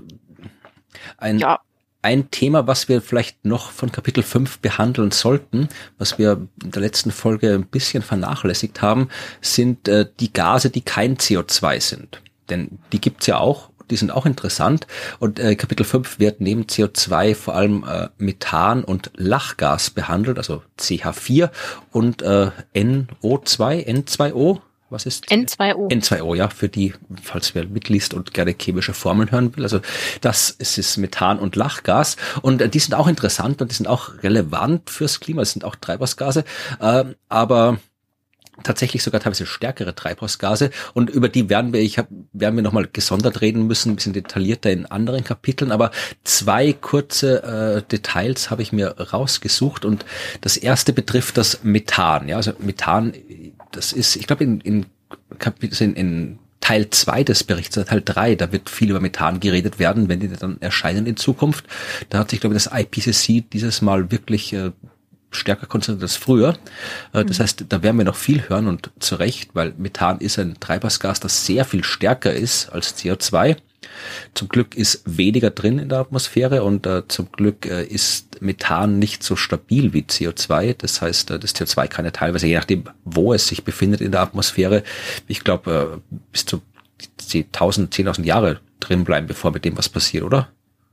ein ja. ein Thema, was wir vielleicht noch von Kapitel fünf behandeln sollten, was wir in der letzten Folge ein bisschen vernachlässigt haben, sind äh, die Gase, die kein C O zwei sind. Denn die gibt's ja auch, die sind auch interessant. Und äh, Kapitel fünf wird neben C O zwei vor allem äh, Methan und Lachgas behandelt, also C H vier und äh, N O zwei, N zwei O. Was ist? N zwei O. N zwei O, ja, für die, falls wer mitliest und gerne chemische Formeln hören will. Also das ist, ist Methan und Lachgas und äh, die sind auch interessant und die sind auch relevant fürs Klima. Es sind auch Treibhausgase, äh, aber tatsächlich sogar teilweise stärkere Treibhausgase und über die werden wir, ich hab, werden wir nochmal gesondert reden müssen, ein bisschen detaillierter in anderen Kapiteln, aber zwei kurze äh, Details habe ich mir rausgesucht und das erste betrifft das Methan. Ja, also Methan, das ist, ich glaube in, in Kapitel, in, in Teil zwei des Berichts, Teil drei, da wird viel über Methan geredet werden, wenn die dann erscheinen in Zukunft. Da hat sich, glaube ich, das I P C C dieses Mal wirklich äh, stärker konzentriert als früher. Das mhm. heißt, da werden wir noch viel hören und zu Recht, weil Methan ist ein Treibhausgas, das sehr viel stärker ist als C O zwei. Zum Glück ist weniger drin in der Atmosphäre und äh, zum Glück äh, ist Methan nicht so stabil wie C O zwei. Das heißt, äh, das C O zwei kann ja teilweise, je nachdem, wo es sich befindet in der Atmosphäre, ich glaube, äh, bis zu tausend, zehntausend Jahre drin bleiben, bevor mit dem was passiert, oder?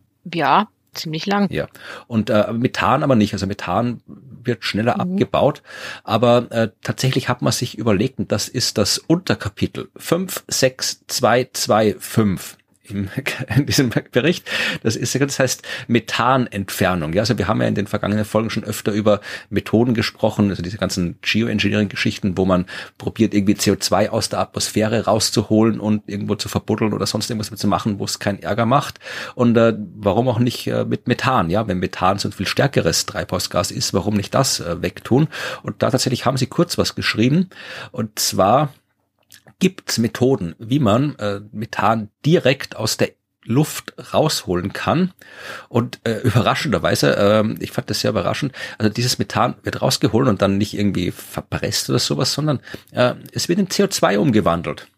Ja, ziemlich lang. Ja, und äh, Methan aber nicht. Also Methan wird schneller mhm. abgebaut, aber äh, tatsächlich hat man sich überlegt, und das ist das Unterkapitel fünf sechs zwei zwei fünf im, in diesem Bericht. Das ist, das heißt Methanentfernung. Ja, also wir haben ja in den vergangenen Folgen schon öfter über Methoden gesprochen, also diese ganzen Geoengineering-Geschichten, wo man probiert, irgendwie C O zwei aus der Atmosphäre rauszuholen und irgendwo zu verbuddeln oder sonst irgendwas mit zu machen, wo es keinen Ärger macht. Und äh, warum auch nicht äh, mit Methan? Ja, wenn Methan so ein viel stärkeres Treibhausgas ist, warum nicht das äh, wegtun? Und da tatsächlich haben sie kurz was geschrieben. Und zwar gibt's Methoden, wie man äh, Methan direkt aus der Luft rausholen kann. Und äh, überraschenderweise, äh, ich fand das sehr überraschend, also dieses Methan wird rausgeholt und dann nicht irgendwie verpresst oder sowas, sondern äh, es wird in C O zwei umgewandelt.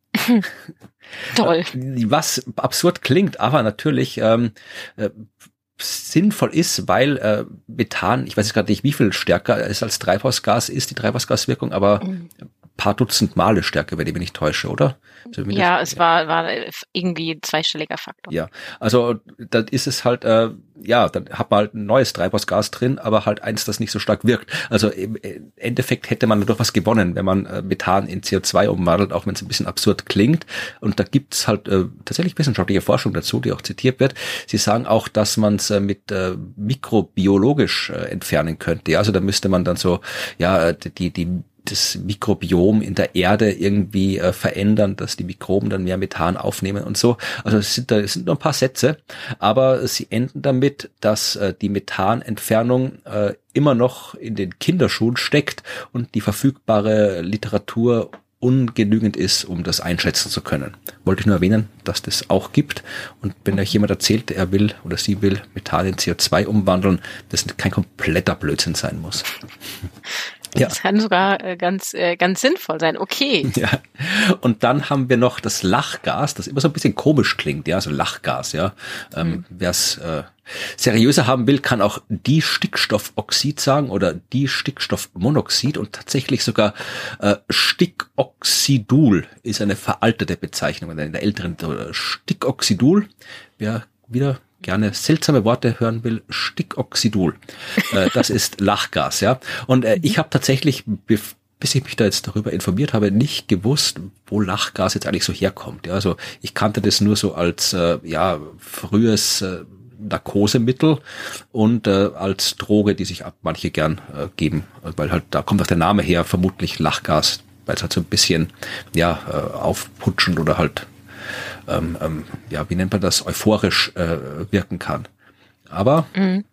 Toll. Was absurd klingt, aber natürlich ähm, sinnvoll ist, weil äh, Methan, ich weiß jetzt gerade nicht, wie viel stärker es als Treibhausgas ist, die Treibhausgaswirkung, aber mhm. ein paar Dutzend Male stärker, wenn ich mich nicht täusche, oder? Zumindest, ja, es war war irgendwie ein zweistelliger Faktor. Ja, also dann ist es halt, äh, ja, dann hat man halt ein neues Treibhausgas drin, aber halt eins, das nicht so stark wirkt. Also im Endeffekt hätte man dadurch was gewonnen, wenn man äh, Methan in C O zwei umwandelt, auch wenn es ein bisschen absurd klingt. Und da gibt's halt äh, tatsächlich wissenschaftliche Forschung dazu, die auch zitiert wird. Sie sagen auch, dass man es äh, mit äh, mikrobiologisch äh, entfernen könnte. Ja, also da müsste man dann so, ja, die die das Mikrobiom in der Erde irgendwie äh, verändern, dass die Mikroben dann mehr Methan aufnehmen und so. Also es sind, da es sind nur ein paar Sätze, aber sie enden damit, dass äh, die Methanentfernung äh, immer noch in den Kinderschuhen steckt und die verfügbare Literatur ungenügend ist, um das einschätzen zu können. Wollte ich nur erwähnen, dass das auch gibt. Und wenn euch jemand erzählt, er will oder sie will Methan in C O zwei umwandeln, das kein kompletter Blödsinn sein muss. Ja. Das kann sogar äh, ganz äh, ganz sinnvoll sein. Okay. Ja. Und dann haben wir noch das Lachgas, das immer so ein bisschen komisch klingt, ja, also Lachgas, ja. Ähm, mhm. Wer es äh, seriöser haben will, kann auch Distickstoffoxid sagen oder Distickstoffmonoxid und tatsächlich sogar äh, Stickoxidul ist eine veraltete Bezeichnung, in der älteren äh, Stickoxidul. Wer wieder gerne seltsame Worte hören will, Stickoxidul. Äh, das ist Lachgas, ja. Und äh, ich habe tatsächlich, bis ich mich da jetzt darüber informiert habe, nicht gewusst, wo Lachgas jetzt eigentlich so herkommt. Ja, also ich kannte das nur so als äh, ja frühes äh, Narkosemittel und äh, als Droge, die sich ab manche gern äh, geben, weil halt da kommt auch der Name her, vermutlich Lachgas, weil es halt so ein bisschen ja äh, aufputschend oder halt Ähm, ähm, ja, wie nennt man das, euphorisch äh, wirken kann. Aber mhm.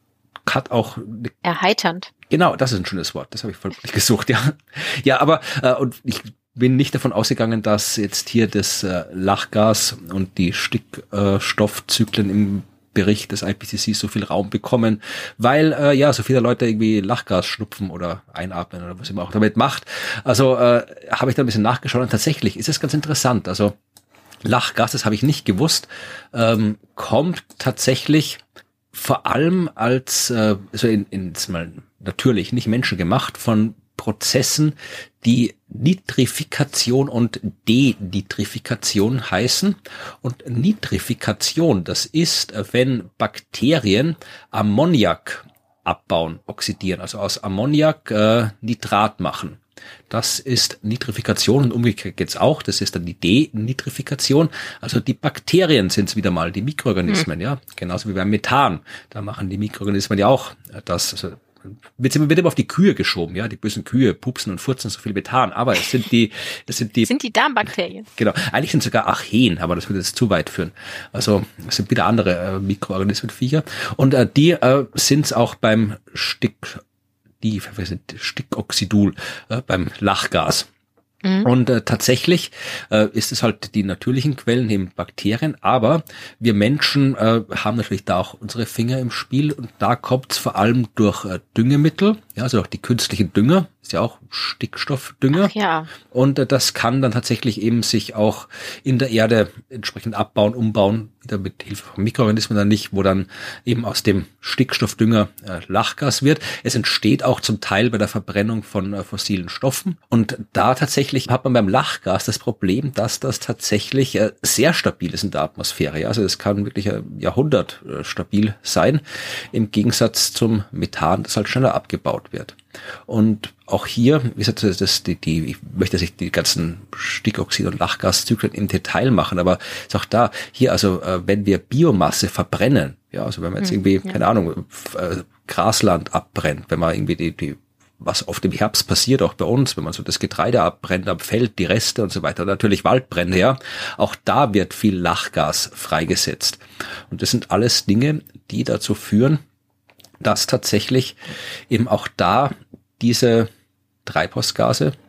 hat auch ne, erheiternd. Genau, das ist ein schönes Wort, das habe ich vermutlich gesucht, ja. Ja, aber äh, und ich bin nicht davon ausgegangen, dass jetzt hier das äh, Lachgas und die Stickstoffzyklen im Bericht des I P C C so viel Raum bekommen, weil äh, ja so viele Leute irgendwie Lachgas schnupfen oder einatmen oder was immer auch damit macht. Also äh, habe ich da ein bisschen nachgeschaut und tatsächlich ist es ganz interessant. Also Lachgas, das habe ich nicht gewusst, ähm, kommt tatsächlich vor allem als, äh, also in, in mal natürlich nicht menschengemacht, von Prozessen, die Nitrifikation und Denitrifikation heißen. Und Nitrifikation, das ist, wenn Bakterien Ammoniak abbauen, oxidieren, also aus Ammoniak äh, Nitrat machen. Das ist Nitrifikation und umgekehrt geht's auch. Das ist dann die Denitrifikation. Also die Bakterien sind es wieder mal, die Mikroorganismen, mhm. ja. Genauso wie beim Methan. Da machen die Mikroorganismen ja auch das. Also wird immer, wird immer auf die Kühe geschoben, ja. Die bösen Kühe pupsen und furzen so viel Methan. Aber es sind die, es sind die. sind die Darmbakterien. Genau. Eigentlich sind sogar Archeen, aber das würde jetzt zu weit führen. Also es sind wieder andere äh, Mikroorganismen, Viecher. Und äh, die äh, sind es auch beim Stick. Die Stickoxidul äh, beim Lachgas. Mhm. Und äh, tatsächlich äh, ist es halt die natürlichen Quellen neben Bakterien, aber wir Menschen äh, haben natürlich da auch unsere Finger im Spiel und da kommt es vor allem durch äh, Düngemittel, ja, also auch die künstlichen Dünger, ist ja auch Stickstoffdünger. Ach ja. Und äh, das kann dann tatsächlich eben sich auch in der Erde entsprechend abbauen, umbauen, wieder mit Hilfe von Mikroorganismen dann nicht, wo dann eben aus dem Stickstoffdünger äh, Lachgas wird. Es entsteht auch zum Teil bei der Verbrennung von äh, fossilen Stoffen. Und da tatsächlich hat man beim Lachgas das Problem, dass das tatsächlich äh, sehr stabil ist in der Atmosphäre. Ja? Also es kann wirklich ein Jahrhundert äh, stabil sein, im Gegensatz zum Methan, das halt schneller abgebaut wird. Und auch hier, wie gesagt, das, die, die, ich möchte nicht die ganzen Stickoxid- und Lachgaszyklen im Detail machen, aber ist auch da, hier, also äh, wenn wir Biomasse verbrennen, ja, also wenn man jetzt irgendwie, ja. keine Ahnung, äh, Grasland abbrennt, wenn man irgendwie die, die, was oft im Herbst passiert, auch bei uns, wenn man so das Getreide abbrennt am Feld, die Reste und so weiter, natürlich Waldbrände, ja, auch da wird viel Lachgas freigesetzt. Und das sind alles Dinge, die dazu führen, dass tatsächlich eben auch da diese Treibhausgase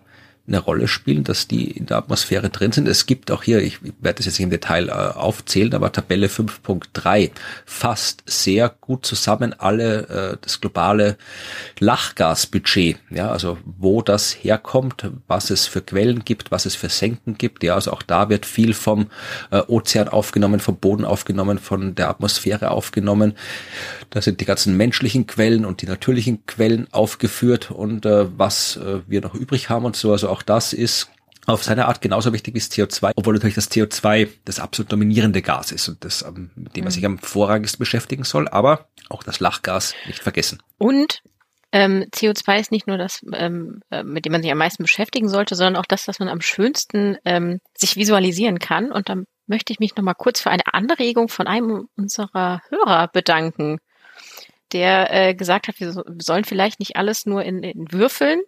eine Rolle spielen, dass die in der Atmosphäre drin sind. Es gibt auch hier, ich werde das jetzt nicht im Detail äh, aufzählen, aber Tabelle fünf Punkt drei fasst sehr gut zusammen alle äh, das globale Lachgasbudget, ja, also wo das herkommt, was es für Quellen gibt, was es für Senken gibt, ja, also auch da wird viel vom äh, Ozean aufgenommen, vom Boden aufgenommen, von der Atmosphäre aufgenommen. Da sind die ganzen menschlichen Quellen und die natürlichen Quellen aufgeführt und äh, was äh, wir noch übrig haben und so, also auch das ist auf seine Art genauso wichtig wie das C O zwei, obwohl natürlich das C O zwei das absolut dominierende Gas ist und das, mit dem man sich am vorrangigsten beschäftigen soll, aber auch das Lachgas nicht vergessen. Und ähm, C O zwei ist nicht nur das, ähm, mit dem man sich am meisten beschäftigen sollte, sondern auch das, was man am schönsten ähm, sich visualisieren kann. Und dann möchte ich mich nochmal kurz für eine Anregung von einem unserer Hörer bedanken, der äh, gesagt hat, wir, so, wir sollen vielleicht nicht alles nur in, in Würfeln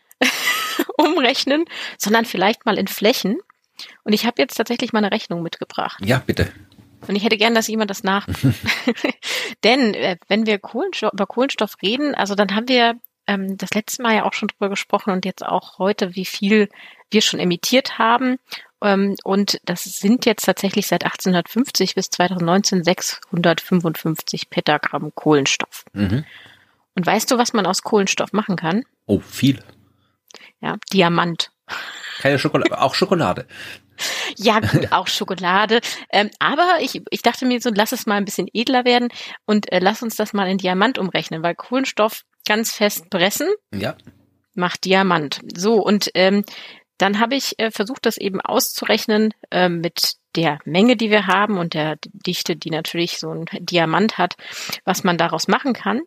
umrechnen, sondern vielleicht mal in Flächen. Und ich habe jetzt tatsächlich mal eine Rechnung mitgebracht. Ja, bitte. Und ich hätte gern, dass jemand das nach. Denn äh, wenn wir Kohlenstoff, über Kohlenstoff reden, also dann haben wir ähm, das letzte Mal ja auch schon drüber gesprochen und jetzt auch heute, wie viel wir schon emittiert haben. Ähm, und das sind jetzt tatsächlich seit achtzehnhundertfünfzig bis zweitausendneunzehn sechshundertfünfundfünfzig Petagramm Kohlenstoff. Mhm. Und weißt du, was man aus Kohlenstoff machen kann? Oh, viel. Ja, Diamant. Keine Schokolade, auch Schokolade. Ja, gut, auch Schokolade. Ähm, aber ich, ich dachte mir so, lass es mal ein bisschen edler werden und äh, lass uns das mal in Diamant umrechnen, weil Kohlenstoff ganz fest pressen ja. macht Diamant. So, und ähm, dann habe ich äh, versucht, das eben auszurechnen äh, mit der Menge, die wir haben und der Dichte, die natürlich so ein Diamant hat, was man daraus machen kann.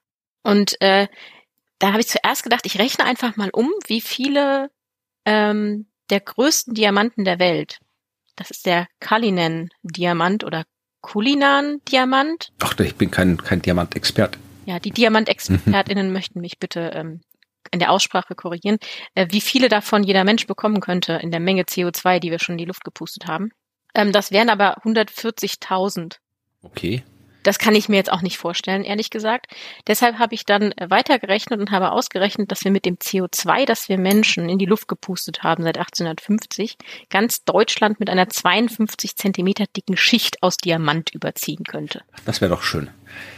Und äh, da habe ich zuerst gedacht, ich rechne einfach mal um, wie viele ähm, der größten Diamanten der Welt, das ist der Cullinan-Diamant oder Cullinan-Diamant. Ach, ich bin kein kein Diamantexpert. Ja, die Diamantexpertinnen möchten mich bitte ähm, in der Aussprache korrigieren, äh, wie viele davon jeder Mensch bekommen könnte in der Menge C O zwei, die wir schon in die Luft gepustet haben. Ähm, das wären aber hundertvierzigtausend. Okay. Das kann ich mir jetzt auch nicht vorstellen, ehrlich gesagt. Deshalb habe ich dann weitergerechnet und habe ausgerechnet, dass wir mit dem C O zwei, das wir Menschen in die Luft gepustet haben seit achtzehnhundertfünfzig, ganz Deutschland mit einer zweiundfünfzig Zentimeter dicken Schicht aus Diamant überziehen könnte. Das wäre doch schön.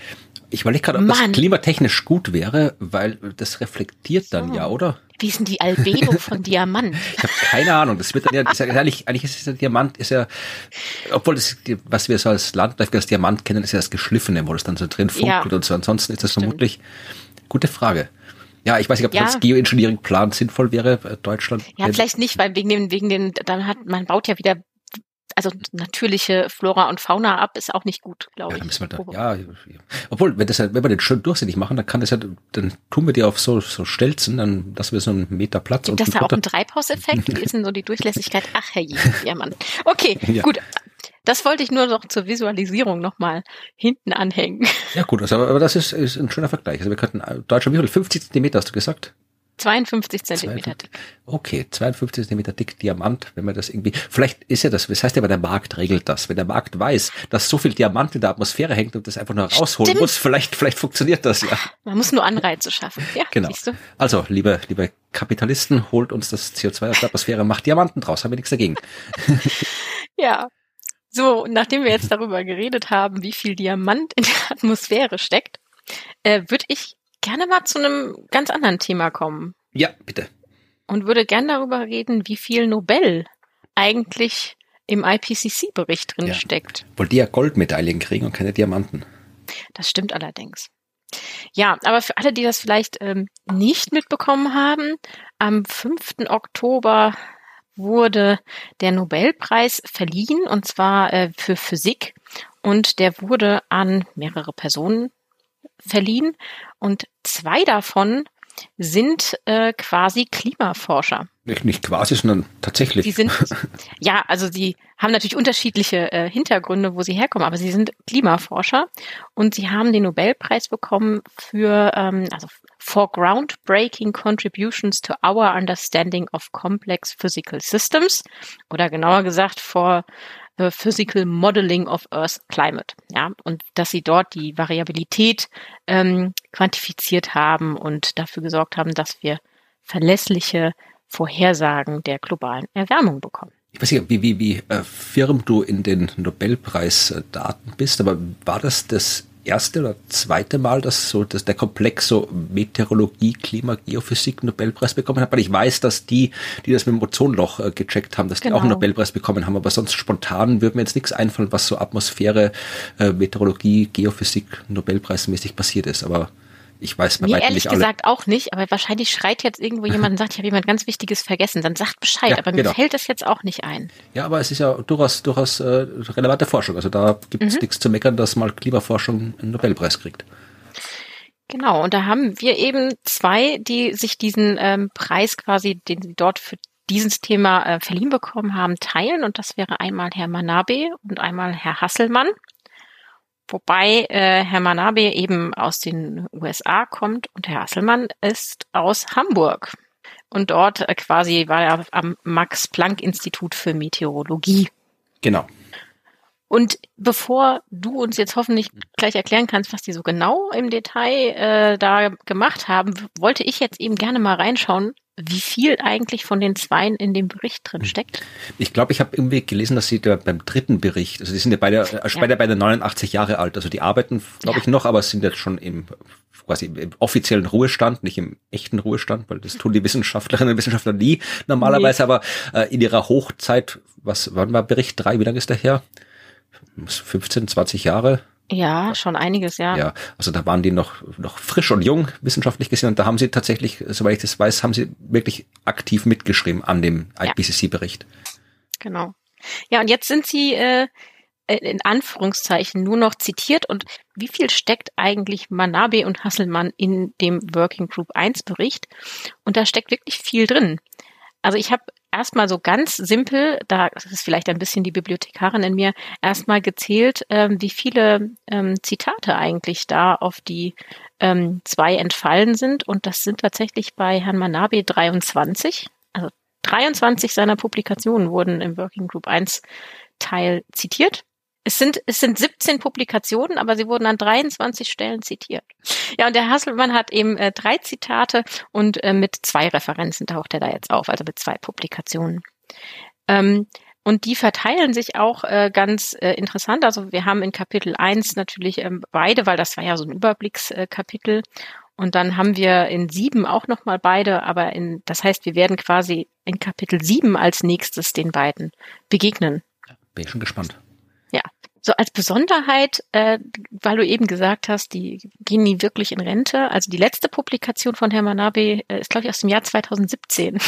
Ich überlege gerade, ob Mann. das klimatechnisch gut wäre, weil das reflektiert dann so. ja, oder? Wie ist denn die Albedo von Diamant? Ich habe keine Ahnung. Das wird dann ja, das ist ja eigentlich, eigentlich ist es der Diamant, ist ja, obwohl das, was wir so als Landläufig als Diamant kennen, ist ja das Geschliffene, wo das dann so drin funkelt ja. und so. Ansonsten ist das Stimmt. vermutlich, gute Frage. Ja, ich weiß nicht, ob ja. das Geoengineering-Plan sinnvoll wäre, Deutschland. Ja, vielleicht nicht, weil wegen dem, wegen den, dann hat, man baut ja wieder also natürliche Flora und Fauna ab, ist auch nicht gut, glaube ja, ich. Müssen wir da, ja, ja, obwohl, wenn das, wenn wir den schön durchsichtig machen, dann kann das ja, dann tun wir die auf so, so Stelzen, dann lassen wir so einen Meter Platz. Gibt das da auch einen Treibhauseffekt? Wie ist denn so die Durchlässigkeit? Ach, herrje, ja, Mann. Okay, ja. gut. Das wollte ich nur noch zur Visualisierung nochmal hinten anhängen. Ja, gut, also, aber das ist, ist ein schöner Vergleich. Also wir könnten, Deutschland, wie viel? fünfzig Zentimeter hast du gesagt? zweiundfünfzig Zentimeter dick. Okay, zweiundfünfzig Zentimeter dick Diamant, wenn man das irgendwie, vielleicht ist ja das, das heißt ja, aber der Markt regelt das. Wenn der Markt weiß, dass so viel Diamant in der Atmosphäre hängt und das einfach nur rausholen Stimmt. muss, vielleicht, vielleicht funktioniert das ja. Man muss nur Anreize schaffen. Ja, genau. Siehst du? Also, liebe, liebe Kapitalisten, holt uns das C O zwei aus der Atmosphäre, macht Diamanten draus, haben wir nichts dagegen. Ja. So, nachdem wir jetzt darüber geredet haben, wie viel Diamant in der Atmosphäre steckt, äh, würde ich gerne mal zu einem ganz anderen Thema kommen. Ja, bitte. Und würde gerne darüber reden, wie viel Nobel eigentlich im I P C C-Bericht drin ja. steckt. Wollt ihr ja Goldmedaillen kriegen und keine Diamanten. Das stimmt allerdings. Ja, aber für alle, die das vielleicht ähm, nicht mitbekommen haben, am fünften Oktober wurde der Nobelpreis verliehen, und zwar äh, für Physik. Und der wurde an mehrere Personen verliehen. Und zwei davon sind äh, quasi Klimaforscher. Nicht, nicht quasi, sondern tatsächlich. Sie sind, ja, also sie haben natürlich unterschiedliche äh, Hintergründe, wo sie herkommen, aber sie sind Klimaforscher und sie haben den Nobelpreis bekommen für, ähm, also for groundbreaking contributions to our understanding of complex physical systems, oder genauer gesagt for the physical modeling of Earth's climate. Ja, und dass sie dort die Variabilität ähm, quantifiziert haben und dafür gesorgt haben, dass wir verlässliche Vorhersagen der globalen Erwärmung bekommen. Ich weiß nicht, wie, wie, wie äh, firm du in den Nobelpreisdaten bist, aber war das das erste oder zweite Mal, dass so dass der Komplex so Meteorologie, Klima, Geophysik Nobelpreis bekommen hat? Weil ich weiß, dass die, die das mit dem Ozonloch äh, gecheckt haben, dass die genau. auch einen Nobelpreis bekommen haben, aber sonst spontan würde mir jetzt nichts einfallen, was so Atmosphäre, äh, Meteorologie, Geophysik Nobelpreismäßig passiert ist, aber ich weiß bei Mir weitem ehrlich nicht alle. gesagt auch nicht, aber wahrscheinlich schreit jetzt irgendwo jemand und sagt, ich habe jemand ganz Wichtiges vergessen, dann sagt Bescheid, Ja, aber genau. mir fällt das jetzt auch nicht ein. Ja, aber es ist ja durchaus, durchaus äh, relevante Forschung, also da gibt es mhm. nichts zu meckern, dass mal Klimaforschung einen Nobelpreis kriegt. Genau, und da haben wir eben zwei, die sich diesen ähm, Preis quasi, den sie dort für dieses Thema äh, verliehen bekommen haben, teilen, und das wäre einmal Herr Manabe und einmal Herr Hasselmann. Wobei äh, Herr Manabe eben aus den U S A kommt und Herr Hasselmann ist aus Hamburg. Und dort äh, quasi war er am Max-Planck-Institut für Meteorologie. Genau. Und bevor du uns jetzt hoffentlich gleich erklären kannst, was die so genau im Detail äh, da gemacht haben, wollte ich jetzt eben gerne mal reinschauen, wie viel eigentlich von den Zweien in dem Bericht drin steckt. Ich glaube, ich habe irgendwie gelesen, dass sie da beim dritten Bericht, also die sind ja beide, äh, ja. beide, beide neunundachtzig Jahre alt, also die arbeiten, glaube ja. ich, noch, aber sind jetzt schon im quasi im offiziellen Ruhestand, nicht im echten Ruhestand, weil das tun die Wissenschaftlerinnen und Wissenschaftler nie normalerweise, nee. aber äh, in ihrer Hochzeit, was, wann war Bericht drei, wie lange ist der her? fünfzehn, zwanzig Jahre? Ja, schon einiges, ja. Ja, also da waren die noch noch frisch und jung, wissenschaftlich gesehen, und da haben sie tatsächlich, soweit ich das weiß, haben sie wirklich aktiv mitgeschrieben an dem I P C C-Bericht. Genau. Ja, und jetzt sind sie äh, in Anführungszeichen nur noch zitiert. Und wie viel steckt eigentlich Manabe und Hasselmann in dem Working Group eins Bericht? Und da steckt wirklich viel drin. Also ich habe erstmal so ganz simpel, da das ist vielleicht ein bisschen die Bibliothekarin in mir, erstmal gezählt, ähm, wie viele ähm, Zitate eigentlich da auf die ähm, zwei entfallen sind. Und das sind tatsächlich bei Herrn Manabe dreiundzwanzig. Also dreiundzwanzig seiner Publikationen wurden im Working Group eins Teil zitiert. Es sind, es sind siebzehn Publikationen, aber sie wurden an dreiundzwanzig Stellen zitiert. Ja, und der Hasselmann hat eben äh, drei Zitate und äh, mit zwei Referenzen taucht er da jetzt auf, also mit zwei Publikationen. Ähm, und die verteilen sich auch äh, ganz äh, interessant. Also wir haben in Kapitel eins natürlich ähm, beide, weil das war ja so ein Überblickskapitel. Und dann haben wir in sieben auch nochmal beide, aber in, das heißt, wir werden quasi in Kapitel sieben als nächstes den beiden begegnen. Bin ich schon gespannt. Ja, so als Besonderheit, äh, weil du eben gesagt hast, die gehen nie wirklich in Rente. Also die letzte Publikation von Herrn Manabe äh, ist, glaube ich, aus dem Jahr zweitausendsiebzehn.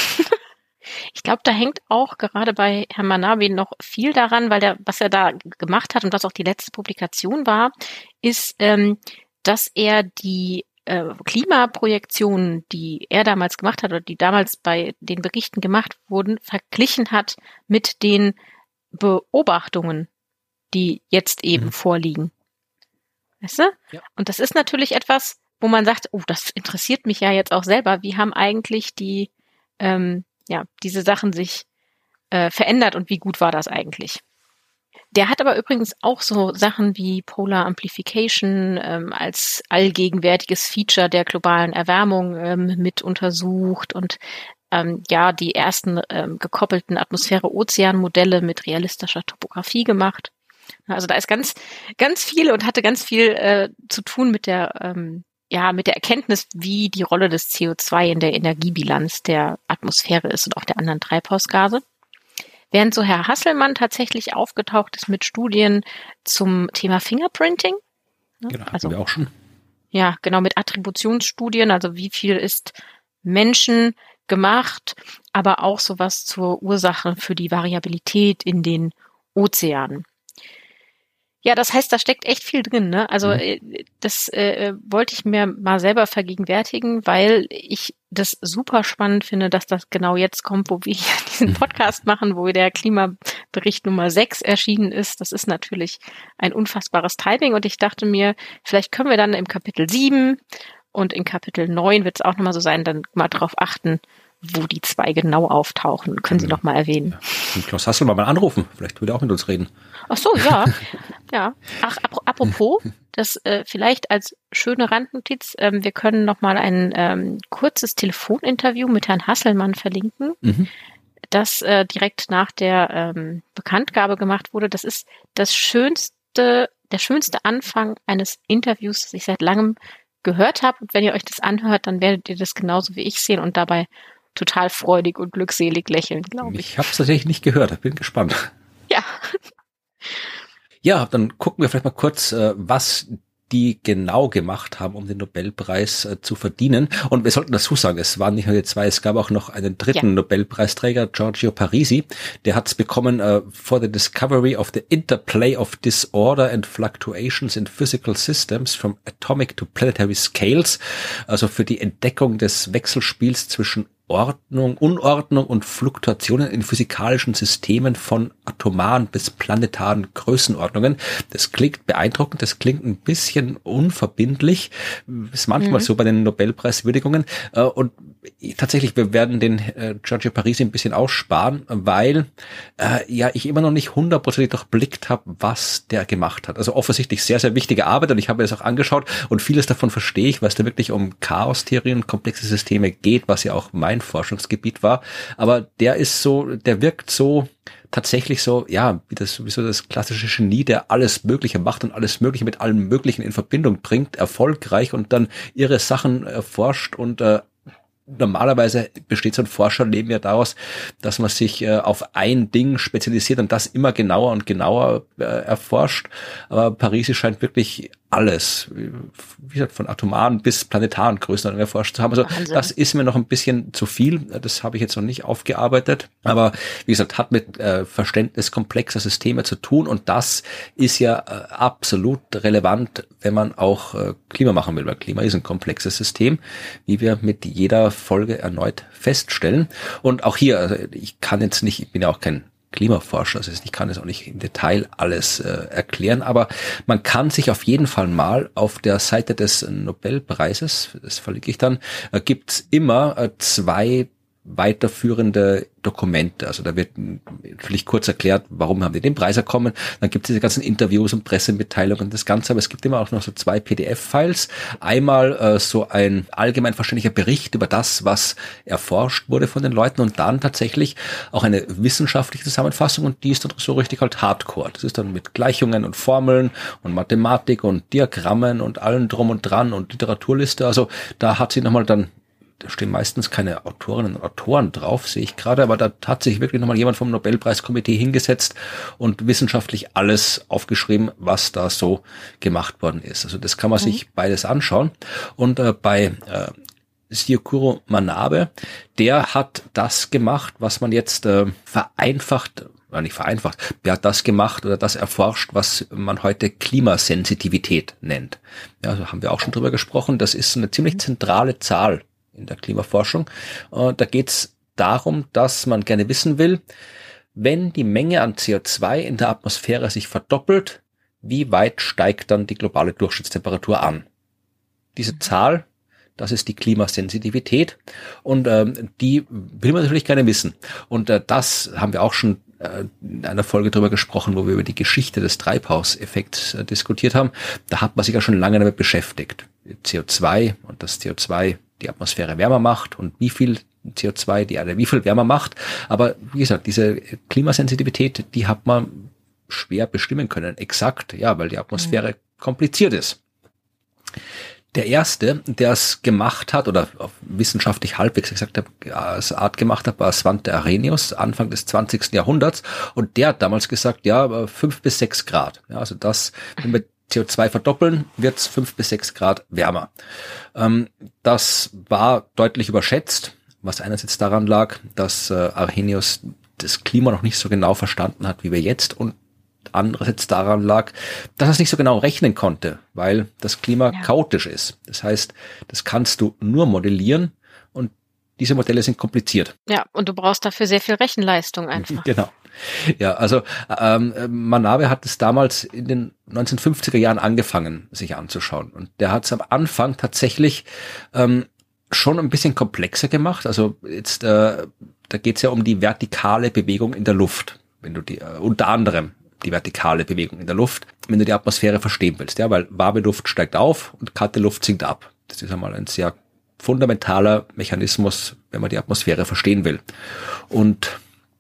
Ich glaube, da hängt auch gerade bei Herrn Manabe noch viel daran, weil der, was er da gemacht hat und was auch die letzte Publikation war, ist, ähm, dass er die äh, Klimaprojektionen, die er damals gemacht hat oder die damals bei den Berichten gemacht wurden, verglichen hat mit den Beobachtungen, die jetzt eben mhm. vorliegen. Weißt du? Ja. Und das ist natürlich etwas, wo man sagt, oh, das interessiert mich ja jetzt auch selber. Wie haben eigentlich die, ähm, ja, diese Sachen sich äh, verändert und wie gut war das eigentlich? Der hat aber übrigens auch so Sachen wie Polar Amplification ähm, als allgegenwärtiges Feature der globalen Erwärmung ähm, mit untersucht und ähm, ja, die ersten ähm, gekoppelten Atmosphäre-Ozean-Modelle mit realistischer Topographie gemacht. Also da ist ganz, ganz viel und hatte ganz viel äh, zu tun mit der, ähm, ja, mit der Erkenntnis, wie die Rolle des C O zwei in der Energiebilanz der Atmosphäre ist und auch der anderen Treibhausgase. Während so Herr Hasselmann tatsächlich aufgetaucht ist mit Studien zum Thema Fingerprinting. Ne? Genau, hatten also, wir auch schon. Ja, genau, mit Attributionsstudien, also wie viel ist Menschen gemacht, aber auch sowas zur Ursache für die Variabilität in den Ozeanen. Ja, das heißt, da steckt echt viel drin, ne? Also mhm. das äh, wollte ich mir mal selber vergegenwärtigen, weil ich das super spannend finde, dass das genau jetzt kommt, wo wir hier diesen Podcast machen, wo der Klimabericht Nummer sechs erschienen ist. Das ist natürlich ein unfassbares Timing und ich dachte mir, vielleicht können wir dann im Kapitel sieben und in Kapitel neun wird es auch nochmal so sein, dann mal drauf achten, wo die zwei genau auftauchen. Können Sie noch mal erwähnen. Ja. Und Klaus Hasselmann mal anrufen. Vielleicht will er auch mit uns reden. Ach so, ja. ja. Ach, ap- apropos, das äh, vielleicht als schöne Randnotiz, ähm, wir können nochmal ein ähm, kurzes Telefoninterview mit Herrn Hasselmann verlinken, mhm. das äh, direkt nach der ähm, Bekanntgabe gemacht wurde. Das ist das schönste, der schönste Anfang eines Interviews, das ich seit langem gehört habe. Und wenn ihr euch das anhört, dann werdet ihr das genauso wie ich sehen und dabei total freudig und glückselig lächeln, glaube ich. Ich habe es tatsächlich nicht gehört, ich bin gespannt. Ja. Ja, dann gucken wir vielleicht mal kurz, was die genau gemacht haben, um den Nobelpreis äh, zu verdienen. Und wir sollten dazu sagen, es waren nicht nur die zwei, es gab auch noch einen dritten ja. Nobelpreisträger, Giorgio Parisi, der hat es bekommen äh, for the discovery of the interplay of disorder and fluctuations in physical systems from atomic to planetary scales, also für die Entdeckung des Wechselspiels zwischen Ordnung, Unordnung und Fluktuationen in physikalischen Systemen von atomaren bis planetaren Größenordnungen. Das klingt beeindruckend, das klingt ein bisschen unverbindlich, ist manchmal mhm. so bei den Nobelpreiswürdigungen. Und tatsächlich, wir werden den äh, Giorgio Parisi ein bisschen aussparen, weil äh, ja ich immer noch nicht hundertprozentig durchblickt habe, was der gemacht hat. Also offensichtlich sehr, sehr wichtige Arbeit und ich habe mir das auch angeschaut und vieles davon verstehe ich, weil es da wirklich um Chaostheorien, komplexe Systeme geht, was ja auch mein Forschungsgebiet war. Aber der ist so, der wirkt so tatsächlich so, ja, wie das wie so das klassische Genie, der alles Mögliche macht und alles Mögliche mit allem Möglichen in Verbindung bringt, erfolgreich und dann ihre Sachen erforscht und äh, normalerweise besteht so ein Forscherleben ja daraus, dass man sich äh, auf ein Ding spezialisiert und das immer genauer und genauer äh, erforscht. Aber Parisi scheint wirklich alles, wie gesagt, von atomaren bis planetaren Größenordnungen erforscht zu haben. Also Wahnsinn. Das ist mir noch ein bisschen zu viel. Das habe ich jetzt noch nicht aufgearbeitet. Aber wie gesagt, hat mit äh, Verständnis komplexer Systeme zu tun. Und das ist ja äh, absolut relevant, wenn man auch äh, Klima machen will. Weil Klima ist ein komplexes System, wie wir mit jeder Folge erneut feststellen. Und auch hier, also ich kann jetzt nicht, ich bin ja auch kein Klimaforscher, also ich kann es auch nicht im Detail alles äh, erklären, aber man kann sich auf jeden Fall mal auf der Seite des Nobelpreises, das verlinke ich dann, äh, gibt's immer äh, zwei weiterführende Dokumente. Also da wird natürlich kurz erklärt, warum haben die den Preis erkommen. Dann gibt es diese ganzen Interviews und Pressemitteilungen und das Ganze, aber es gibt immer auch noch so zwei P D F-Files. Einmal äh, so ein allgemein verständlicher Bericht über das, was erforscht wurde von den Leuten und dann tatsächlich auch eine wissenschaftliche Zusammenfassung und die ist dann so richtig halt Hardcore. Das ist dann mit Gleichungen und Formeln und Mathematik und Diagrammen und allem drum und dran und Literaturliste. Also da hat sie nochmal dann da stehen meistens keine Autorinnen und Autoren drauf, sehe ich gerade, aber da hat sich wirklich nochmal jemand vom Nobelpreiskomitee hingesetzt und wissenschaftlich alles aufgeschrieben, was da so gemacht worden ist. Also das kann man mhm. sich beides anschauen. Und äh, bei äh, Syukuro Manabe, der hat das gemacht, was man jetzt äh, vereinfacht oder nicht vereinfacht, der hat das gemacht oder das erforscht, was man heute Klimasensitivität nennt. Ja, also haben wir auch schon drüber gesprochen. Das ist eine ziemlich zentrale Zahl in der Klimaforschung. Da geht es darum, dass man gerne wissen will, wenn die Menge an C O zwei in der Atmosphäre sich verdoppelt, wie weit steigt dann die globale Durchschnittstemperatur an? Diese Zahl, das ist die Klimasensitivität und ähm, die will man natürlich gerne wissen. Und äh, das haben wir auch schon äh, in einer Folge drüber gesprochen, wo wir über die Geschichte des Treibhauseffekts äh, diskutiert haben. Da hat man sich ja schon lange damit beschäftigt. C O zwei und das C O zwei die Atmosphäre wärmer macht und wie viel C O zwei die Erde wie viel wärmer macht. Aber wie gesagt, diese Klimasensitivität, die hat man schwer bestimmen können. Exakt, ja, weil die Atmosphäre mhm. kompliziert ist. Der erste, der es gemacht hat, oder wissenschaftlich halbwegs gesagt hat, als Art gemacht hat, war Svante Arrhenius, Anfang des zwanzigsten Jahrhunderts. Und der hat damals gesagt, ja, fünf bis sechs Grad. Ja, also das, wenn wir C O zwei verdoppeln, wird es fünf bis sechs Grad wärmer. Ähm, das war deutlich überschätzt, was einerseits daran lag, dass äh, Arrhenius das Klima noch nicht so genau verstanden hat, wie wir jetzt, und andererseits daran lag, dass er es nicht so genau rechnen konnte, weil das Klima ja. chaotisch ist. Das heißt, das kannst du nur modellieren und diese Modelle sind kompliziert. Ja, und du brauchst dafür sehr viel Rechenleistung einfach. Genau. Ja, also ähm, Manabe hat es damals in den neunzehnhundertfünfziger Jahren angefangen, sich anzuschauen. Und der hat es am Anfang tatsächlich ähm, schon ein bisschen komplexer gemacht. Also jetzt, äh, da geht es ja um die vertikale Bewegung in der Luft, wenn du die äh, unter anderem die vertikale Bewegung in der Luft, wenn du die Atmosphäre verstehen willst, ja, weil warme Luft steigt auf und kalte Luft sinkt ab. Das ist einmal ein sehr fundamentaler Mechanismus, wenn man die Atmosphäre verstehen will. Und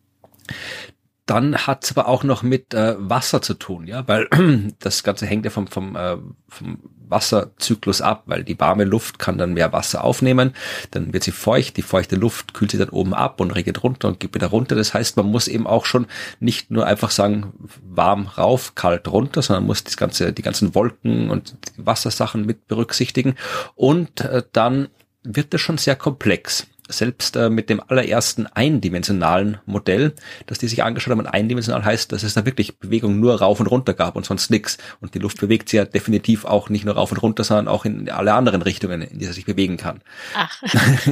dann hat es aber auch noch mit äh, Wasser zu tun, ja, weil das Ganze hängt ja vom, vom, äh, vom Wasserzyklus ab, weil die warme Luft kann dann mehr Wasser aufnehmen, dann wird sie feucht, die feuchte Luft kühlt sie dann oben ab und regnet runter und geht wieder runter. Das heißt, man muss eben auch schon nicht nur einfach sagen, warm rauf, kalt runter, sondern muss das ganze, die ganzen Wolken und die Wassersachen mit berücksichtigen. Und äh, dann wird das schon sehr komplex. Selbst äh, mit dem allerersten eindimensionalen Modell, das die sich angeschaut haben, und eindimensional heißt, dass es da wirklich Bewegung nur rauf und runter gab und sonst nichts. Und die Luft bewegt sich ja definitiv auch nicht nur rauf und runter, sondern auch in alle anderen Richtungen, in die sie sich bewegen kann. Ach,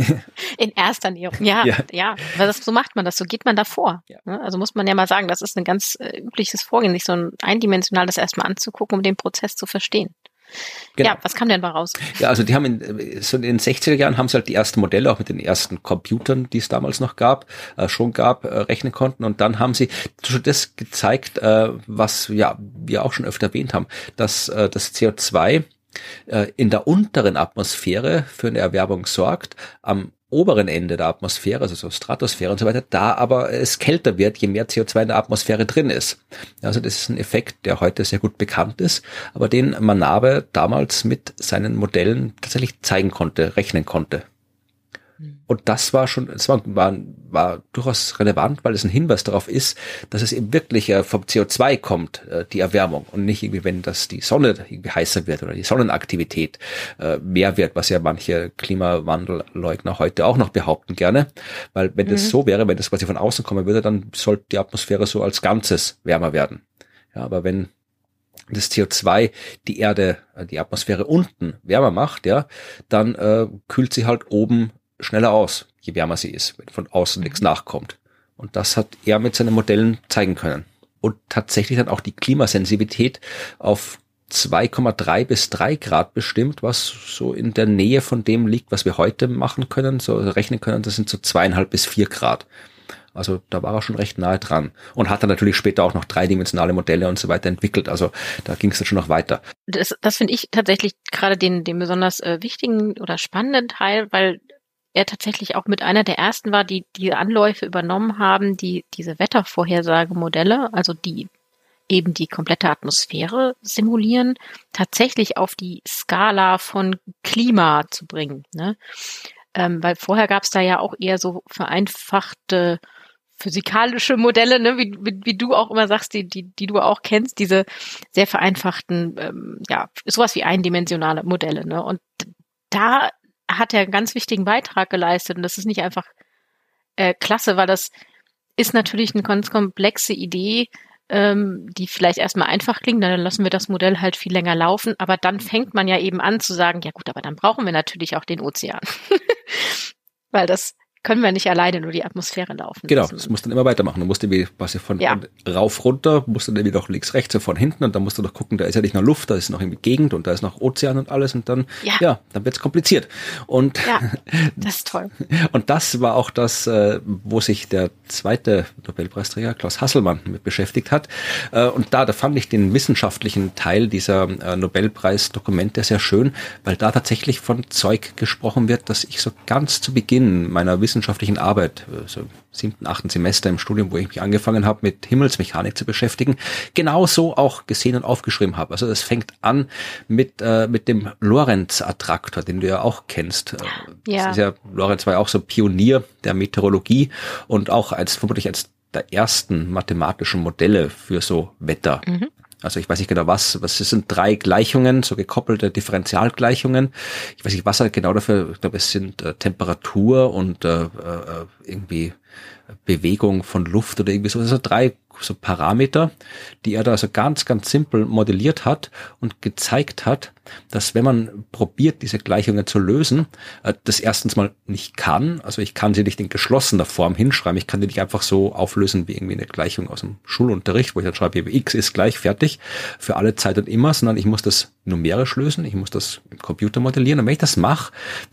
in erster Nähe. Ja, ja, ja. Aber das, so macht man das, so geht man davor. Ja. Also muss man ja mal sagen, das ist ein ganz äh, übliches Vorgehen, sich so ein eindimensionales erstmal anzugucken, um den Prozess zu verstehen. Genau. Ja, was kam denn da raus? Ja, also die haben in, so in den sechziger Jahren haben sie halt die ersten Modelle, auch mit den ersten Computern, die es damals noch gab, äh, schon gab, äh, rechnen konnten. Und dann haben sie schon das gezeigt, äh, was ja wir auch schon öfter erwähnt haben, dass äh, das C O zwei äh, in der unteren Atmosphäre für eine Erwärmung sorgt, am oberen Ende der Atmosphäre, also so Stratosphäre und so weiter, da aber es kälter wird, je mehr C O zwei in der Atmosphäre drin ist. Also das ist ein Effekt, der heute sehr gut bekannt ist, aber den Manabe damals mit seinen Modellen tatsächlich zeigen konnte, rechnen konnte. Und das war schon, das war, war, war durchaus relevant, weil es ein Hinweis darauf ist, dass es eben wirklich äh, vom C O zwei kommt, äh, die Erwärmung, und nicht irgendwie, wenn das die Sonne irgendwie heißer wird oder die Sonnenaktivität äh, mehr wird, was ja manche Klimawandelleugner heute auch noch behaupten gerne, weil wenn mhm. das so wäre, wenn das quasi von außen kommen würde, dann sollte die Atmosphäre so als Ganzes wärmer werden. Ja, aber wenn das C O zwei die Erde, die Atmosphäre unten wärmer macht, ja, dann äh, kühlt sie halt oben schneller aus, je wärmer sie ist, wenn von außen nichts nachkommt. Und das hat er mit seinen Modellen zeigen können. Und tatsächlich dann auch die Klimasensibilität auf zwei Komma drei bis drei Grad bestimmt, was so in der Nähe von dem liegt, was wir heute machen können, so rechnen können, das sind so zweieinhalb bis vier Grad. Also da war er schon recht nahe dran und hat dann natürlich später auch noch dreidimensionale Modelle und so weiter entwickelt. Also da ging es dann schon noch weiter. Das, das finde ich tatsächlich gerade den, den besonders äh, wichtigen oder spannenden Teil, weil er tatsächlich auch mit einer der ersten war, die die Anläufe übernommen haben, die diese Wettervorhersagemodelle, also die eben die komplette Atmosphäre simulieren, tatsächlich auf die Skala von Klima zu bringen. Ne? Ähm, weil vorher gab es da ja auch eher so vereinfachte physikalische Modelle, ne, wie, wie, wie du auch immer sagst, die, die, die du auch kennst, diese sehr vereinfachten, ähm, ja, sowas wie eindimensionale Modelle. Ne? Und da hat er einen ganz wichtigen Beitrag geleistet. Und das ist nicht einfach äh, klasse, weil das ist natürlich eine ganz komplexe Idee, ähm, die vielleicht erstmal einfach klingt, dann lassen wir das Modell halt viel länger laufen, aber dann fängt man ja eben an zu sagen, ja gut, aber dann brauchen wir natürlich auch den Ozean. Weil das können wir nicht alleine nur die Atmosphäre laufen genau, lassen. das musst du dann immer weitermachen. Du musst irgendwie was von, ja. von rauf, runter, musst dann irgendwie noch links, rechts und von hinten und dann musst du noch gucken, da ist ja nicht nur Luft, da ist noch irgendwie Gegend und da ist noch Ozean und alles und dann, ja, ja dann wird's kompliziert. Und ja, das ist toll. Und das war auch das, wo sich der zweite Nobelpreisträger Klaus Hasselmann mit beschäftigt hat. Und da, da fand ich den wissenschaftlichen Teil dieser Nobelpreisdokumente sehr schön, weil da tatsächlich von Zeug gesprochen wird, dass ich so ganz zu Beginn meiner wissenschaftlichen Arbeit, so im siebten, achten Semester im Studium, wo ich mich angefangen habe, mit Himmelsmechanik zu beschäftigen, genauso auch gesehen und aufgeschrieben habe. Also das fängt an mit äh, mit dem Lorentz-Attraktor, den du ja auch kennst. Ja. Das ist ja, Lorentz war ja auch so Pionier der Meteorologie und auch als vermutlich als der ersten mathematischen Modelle für so Wetter. Mhm. Also ich weiß nicht genau was, was es sind drei Gleichungen, so gekoppelte Differentialgleichungen. Ich weiß nicht, was halt genau dafür, ich glaube, es sind äh, Temperatur und äh, äh, irgendwie Bewegung von Luft oder irgendwie so. Also drei so Parameter, die er da also ganz, ganz simpel modelliert hat und gezeigt hat, dass wenn man probiert, diese Gleichungen zu lösen, das erstens mal nicht kann. Also ich kann sie nicht in geschlossener Form hinschreiben. Ich kann die nicht einfach so auflösen wie irgendwie eine Gleichung aus dem Schulunterricht, wo ich dann schreibe, x ist gleich fertig für alle Zeit und immer, sondern ich muss das numerisch lösen. Ich muss das im Computer modellieren. Und wenn ich das mache, dann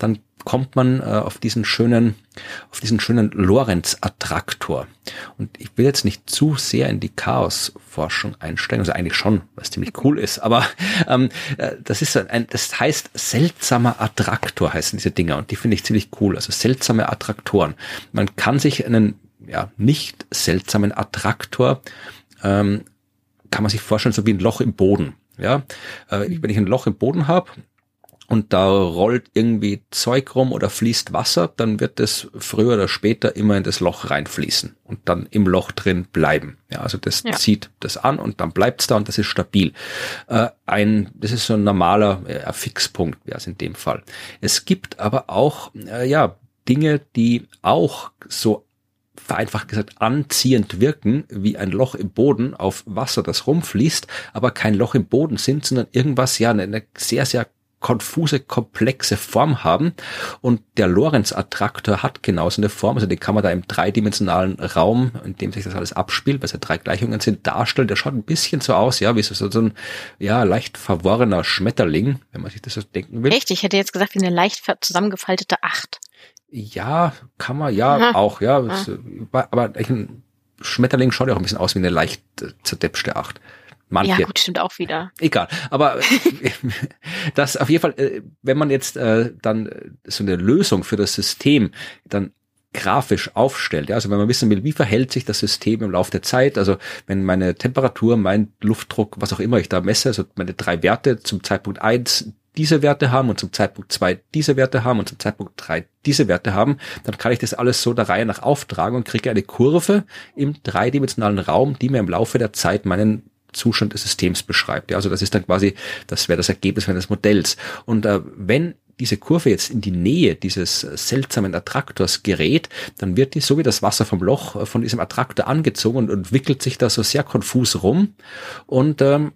kommt man äh, auf diesen schönen, auf diesen schönen Lorentz-Attraktor. Und ich will jetzt nicht zu sehr in die Chaosforschung einsteigen, also eigentlich schon, was ziemlich cool ist, aber ähm, das ist ein, das heißt seltsamer Attraktor heißen diese Dinger und die finde ich ziemlich cool, also seltsame Attraktoren. Man kann sich einen, ja, nicht seltsamen Attraktor, ähm, kann man sich vorstellen, so wie ein Loch im Boden, ja. Äh, wenn ich ein Loch im Boden habe, und da rollt irgendwie Zeug rum oder fließt Wasser, dann wird es früher oder später immer in das Loch reinfließen und dann im Loch drin bleiben. Ja, also das ja. zieht das an und dann bleibt's da und das ist stabil. Äh, ein, das ist so ein normaler äh, Fixpunkt, wäre es in dem Fall. Es gibt aber auch äh, ja Dinge, die auch so vereinfacht gesagt anziehend wirken, wie ein Loch im Boden auf Wasser, das rumfließt, aber kein Loch im Boden sind, sondern irgendwas, ja, eine, eine sehr, sehr konfuse, komplexe Form haben und der Lorentz-Attraktor hat genauso eine Form, also den kann man da im dreidimensionalen Raum, in dem sich das alles abspielt, weil es ja drei Gleichungen sind, darstellen. Der schaut ein bisschen so aus, ja, wie so, so ein ja leicht verworrener Schmetterling, wenn man sich das so denken will. Echt? Ich hätte jetzt gesagt, wie eine leicht zusammengefaltete Acht. Ja, kann man, ja, Aha. auch, ja, Aha. aber ein Schmetterling schaut ja auch ein bisschen aus wie eine leicht zerdepschte Acht. Manche. Ja, gut, stimmt auch wieder. Egal, aber das auf jeden Fall, wenn man jetzt äh, dann so eine Lösung für das System dann grafisch aufstellt, ja, also wenn man wissen will, wie verhält sich das System im Laufe der Zeit, also wenn meine Temperatur, mein Luftdruck, was auch immer ich da messe, also meine drei Werte zum Zeitpunkt eins diese Werte haben und zum Zeitpunkt zwei diese Werte haben und zum Zeitpunkt drei diese Werte haben, dann kann ich das alles so der Reihe nach auftragen und kriege eine Kurve im dreidimensionalen Raum, die mir im Laufe der Zeit meinen Zustand des Systems beschreibt. Ja, also das ist dann quasi, das wäre das Ergebnis meines Modells. Und äh, wenn diese Kurve jetzt in die Nähe dieses äh, seltsamen Attraktors gerät, dann wird die, so wie das Wasser vom Loch, äh, von diesem Attraktor angezogen und, und wickelt sich da so sehr konfus rum. Und ähm,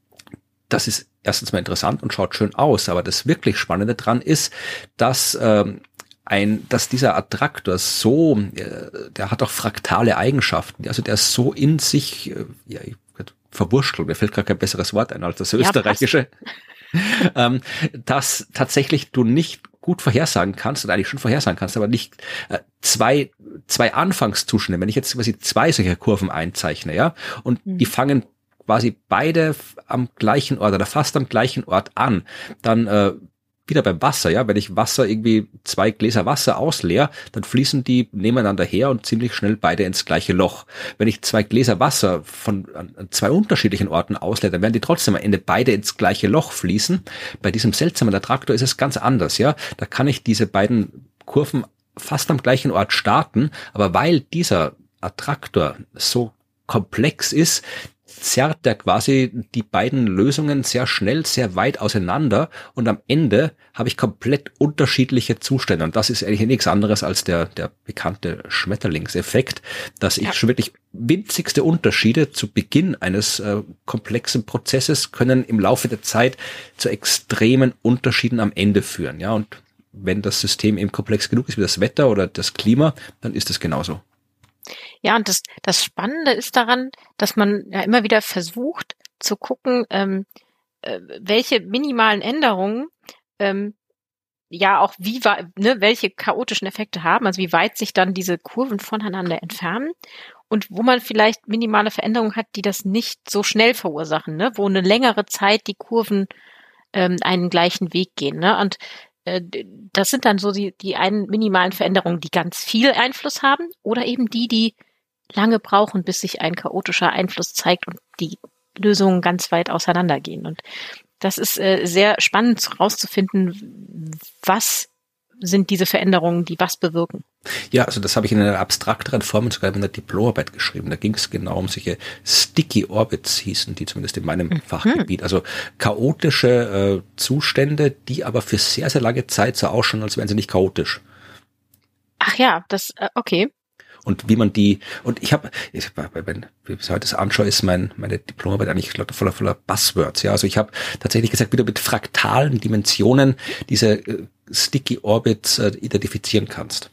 das ist erstens mal interessant und schaut schön aus. Aber das wirklich Spannende dran ist, dass ähm, ein, dass dieser Attraktor so, äh, der hat auch fraktale Eigenschaften. Also der ist so in sich, äh, ja, verwurschtelt, mir fällt gar kein besseres Wort ein als das österreichische, ja, ähm, dass tatsächlich du nicht gut vorhersagen kannst, oder eigentlich schon vorhersagen kannst, aber nicht äh, zwei zwei Anfangszustände, wenn ich jetzt quasi zwei solcher Kurven einzeichne, ja, und mhm. die fangen quasi beide am gleichen Ort oder fast am gleichen Ort an, dann äh, wieder beim Wasser, ja, wenn ich Wasser irgendwie zwei Gläser Wasser ausleere, dann fließen die nebeneinander her und ziemlich schnell beide ins gleiche Loch. Wenn ich zwei Gläser Wasser von an zwei unterschiedlichen Orten ausleere, dann werden die trotzdem am Ende beide ins gleiche Loch fließen. Bei diesem seltsamen Attraktor ist es ganz anders, ja. Da kann ich diese beiden Kurven fast am gleichen Ort starten, aber weil dieser Attraktor so komplex ist, zerrt er quasi die beiden Lösungen sehr schnell, sehr weit auseinander und am Ende habe ich komplett unterschiedliche Zustände und das ist eigentlich nichts anderes als der der bekannte Schmetterlingseffekt, dass ich ja. schon wirklich winzigste Unterschiede zu Beginn eines äh, komplexen Prozesses können im Laufe der Zeit zu extremen Unterschieden am Ende führen, ja, und wenn das System eben komplex genug ist wie das Wetter oder das Klima, dann ist es genauso. Ja, und das, das Spannende ist daran, dass man ja immer wieder versucht zu gucken, ähm, äh, welche minimalen Änderungen ähm, ja auch wie ne, welche chaotischen Effekte haben, also wie weit sich dann diese Kurven voneinander entfernen und wo man vielleicht minimale Veränderungen hat, die das nicht so schnell verursachen, ne, wo eine längere Zeit die Kurven ähm, einen gleichen Weg gehen, ne, und das sind dann so die, die einen minimalen Veränderungen, die ganz viel Einfluss haben oder eben die, die lange brauchen, bis sich ein chaotischer Einfluss zeigt und die Lösungen ganz weit auseinandergehen. Und das ist äh, sehr spannend herauszufinden, was sind diese Veränderungen, die was bewirken. Ja, also das habe ich in einer abstrakteren Form sogar in der Diplomarbeit geschrieben. Da ging es genau um solche Sticky Orbits, hießen die zumindest in meinem mhm. Fachgebiet. Also chaotische äh, Zustände, die aber für sehr, sehr lange Zeit so ausschauen, als wären sie nicht chaotisch. Ach ja, das, äh, okay. Und wie man die, und ich habe, wenn ich heute das anschaue, ist mein, meine Diplomarbeit eigentlich voller, voller Buzzwords, ja. Also ich habe tatsächlich gesagt, wie du mit fraktalen Dimensionen diese äh, Sticky Orbits äh, identifizieren kannst.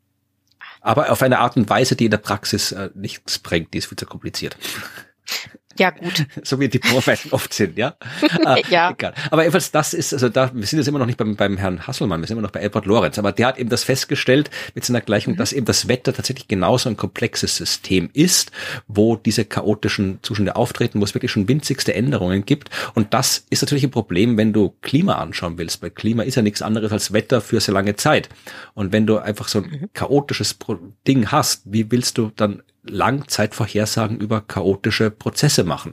Aber auf eine Art und Weise, die in der Praxis äh, nichts bringt, die ist viel zu kompliziert. Ja, gut. So wie die Prowetten oft sind, ja? äh, ja. Egal. Aber jedenfalls, das ist, also da, wir sind jetzt immer noch nicht beim, beim Herrn Hasselmann, wir sind immer noch bei Edward Lorenz, aber der hat eben das festgestellt mit seiner Gleichung, mhm. dass eben das Wetter tatsächlich genauso ein komplexes System ist, wo diese chaotischen Zustände auftreten, wo es wirklich schon winzigste Änderungen gibt. Und das ist natürlich ein Problem, wenn du Klima anschauen willst, weil Klima ist ja nichts anderes als Wetter für sehr lange Zeit. Und wenn du einfach so ein mhm. chaotisches Ding hast, wie willst du dann Langzeitvorhersagen über chaotische Prozesse machen?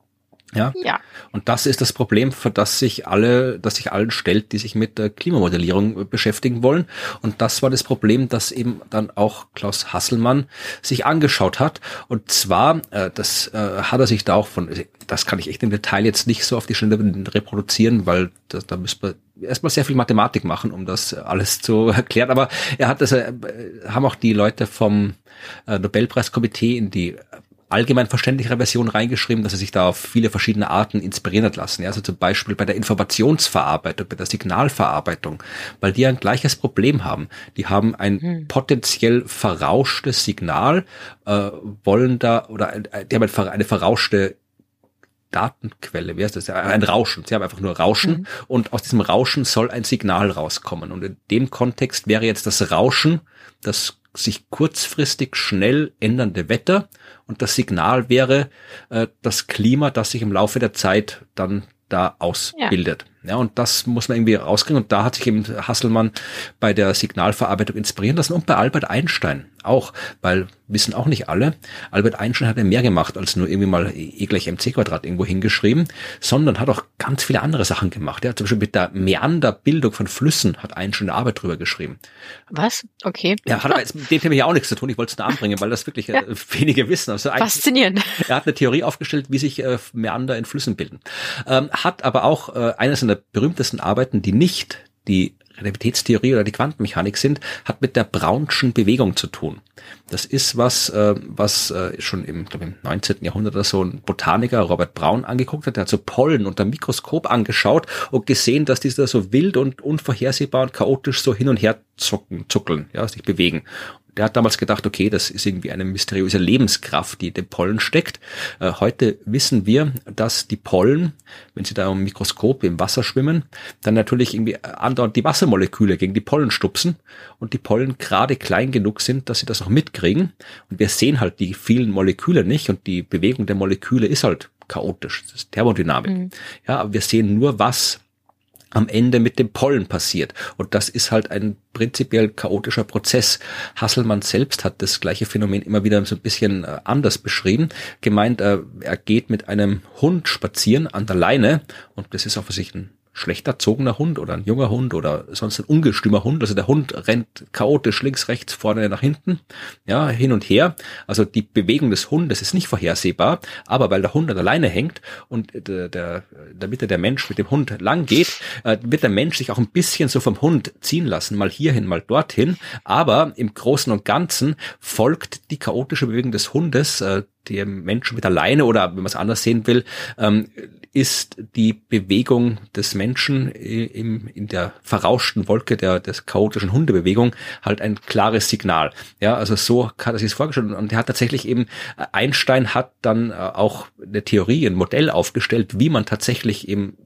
Ja? Ja. Und das ist das Problem, für das sich alle, das sich allen stellt, die sich mit der Klimamodellierung beschäftigen wollen. Und das war das Problem, das eben dann auch Klaus Hasselmann sich angeschaut hat. Und zwar, äh, das äh, hat er sich da auch von, das kann ich echt im Detail jetzt nicht so auf die Stelle reproduzieren, weil da, da müsste man erstmal sehr viel Mathematik machen, um das alles zu erklären. Aber er hat das, äh, haben auch die Leute vom äh, Nobelpreiskomitee in die allgemein verständlichere Version reingeschrieben, dass er sich da auf viele verschiedene Arten inspirieren hat lassen. Ja, also zum Beispiel bei der Informationsverarbeitung, bei der Signalverarbeitung, weil die ein gleiches Problem haben. Die haben ein hm. potenziell verrauschtes Signal, äh, wollen da, oder äh, die haben eine verrauschte Datenquelle, wie heißt das? Ein Rauschen. Sie haben einfach nur Rauschen mhm. und aus diesem Rauschen soll ein Signal rauskommen. Und in dem Kontext wäre jetzt das Rauschen das sich kurzfristig schnell ändernde Wetter und das Signal wäre äh, das Klima, das sich im Laufe der Zeit dann da ausbildet. Ja. Ja, und das muss man irgendwie rauskriegen. Und da hat sich eben Hasselmann bei der Signalverarbeitung inspirieren lassen und bei Albert Einstein auch, weil wissen auch nicht alle, Albert Einstein hat ja mehr gemacht als nur irgendwie mal E gleich mc Quadrat irgendwo hingeschrieben, sondern hat auch ganz viele andere Sachen gemacht. Ja, zum Beispiel mit der Meanderbildung von Flüssen hat Einstein eine Arbeit drüber geschrieben. Was? Okay. Ja, hat aber jetzt mit dem Thema ja auch nichts zu tun. Ich wollte es da anbringen, weil das wirklich ja. äh, wenige wissen. Also faszinierend. Er hat eine Theorie aufgestellt, wie sich äh, Meander in Flüssen bilden. Ähm, hat aber auch äh, eines seiner berühmtesten Arbeiten, die nicht die Relativitätstheorie oder die Quantenmechanik sind, hat mit der Brownschen Bewegung zu tun. Das ist was, äh, was äh, schon im, glaube im neunzehnten Jahrhundert oder so ein Botaniker, Robert Brown, angeguckt hat. Der hat so Pollen unter dem Mikroskop angeschaut und gesehen, dass diese da so wild und unvorhersehbar und chaotisch so hin und her zucken, zuckeln, ja, sich bewegen. Der hat damals gedacht, okay, das ist irgendwie eine mysteriöse Lebenskraft, die in dem Pollen steckt. Äh, heute wissen wir, dass die Pollen, wenn sie da im Mikroskop im Wasser schwimmen, dann natürlich irgendwie andauernd die Wassermoleküle gegen die Pollen stupsen und die Pollen gerade klein genug sind, dass sie das noch mitkriegen. Und wir sehen halt die vielen Moleküle nicht und die Bewegung der Moleküle ist halt chaotisch. Das ist Thermodynamik. Mhm. Ja, aber wir sehen nur, was am Ende mit dem Pollen passiert. Und das ist halt ein prinzipiell chaotischer Prozess. Hasselmann selbst hat das gleiche Phänomen immer wieder so ein bisschen äh, anders beschrieben. Gemeint, äh, er geht mit einem Hund spazieren an der Leine und das ist auch für sich ein schlecht erzogener Hund oder ein junger Hund oder sonst ein ungestümer Hund. Also der Hund rennt chaotisch links, rechts, vorne, nach hinten, ja, hin und her. Also die Bewegung des Hundes ist nicht vorhersehbar, aber weil der Hund an der Leine hängt und der, der, in der Mitte der Mensch mit dem Hund lang geht, äh, wird der Mensch sich auch ein bisschen so vom Hund ziehen lassen, mal hierhin, mal dorthin. Aber im Großen und Ganzen folgt die chaotische Bewegung des Hundes, äh, dem Menschen mit der Leine oder wenn man es anders sehen will, ähm, ist die Bewegung des Menschen im, in der verrauschten Wolke der, des chaotischen Hundebewegung halt ein klares Signal. Ja, also so hat er sich das vorgestellt und er hat tatsächlich eben, Einstein hat dann auch eine Theorie, ein Modell aufgestellt, wie man tatsächlich eben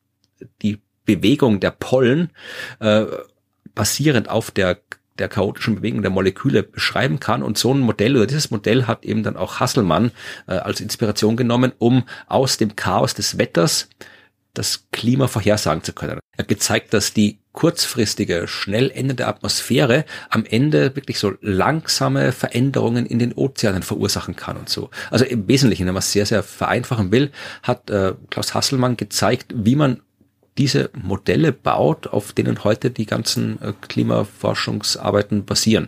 die Bewegung der Pollen äh, basierend auf der der chaotischen Bewegung der Moleküle beschreiben kann. Und so ein Modell oder dieses Modell hat eben dann auch Hasselmann äh, als Inspiration genommen, um aus dem Chaos des Wetters das Klima vorhersagen zu können. Er hat gezeigt, dass die kurzfristige, schnell ändernde Atmosphäre am Ende wirklich so langsame Veränderungen in den Ozeanen verursachen kann und so. Also im Wesentlichen, wenn man es sehr, sehr vereinfachen will, hat äh, Klaus Hasselmann gezeigt, wie man diese Modelle baut, auf denen heute die ganzen äh, Klimaforschungsarbeiten basieren.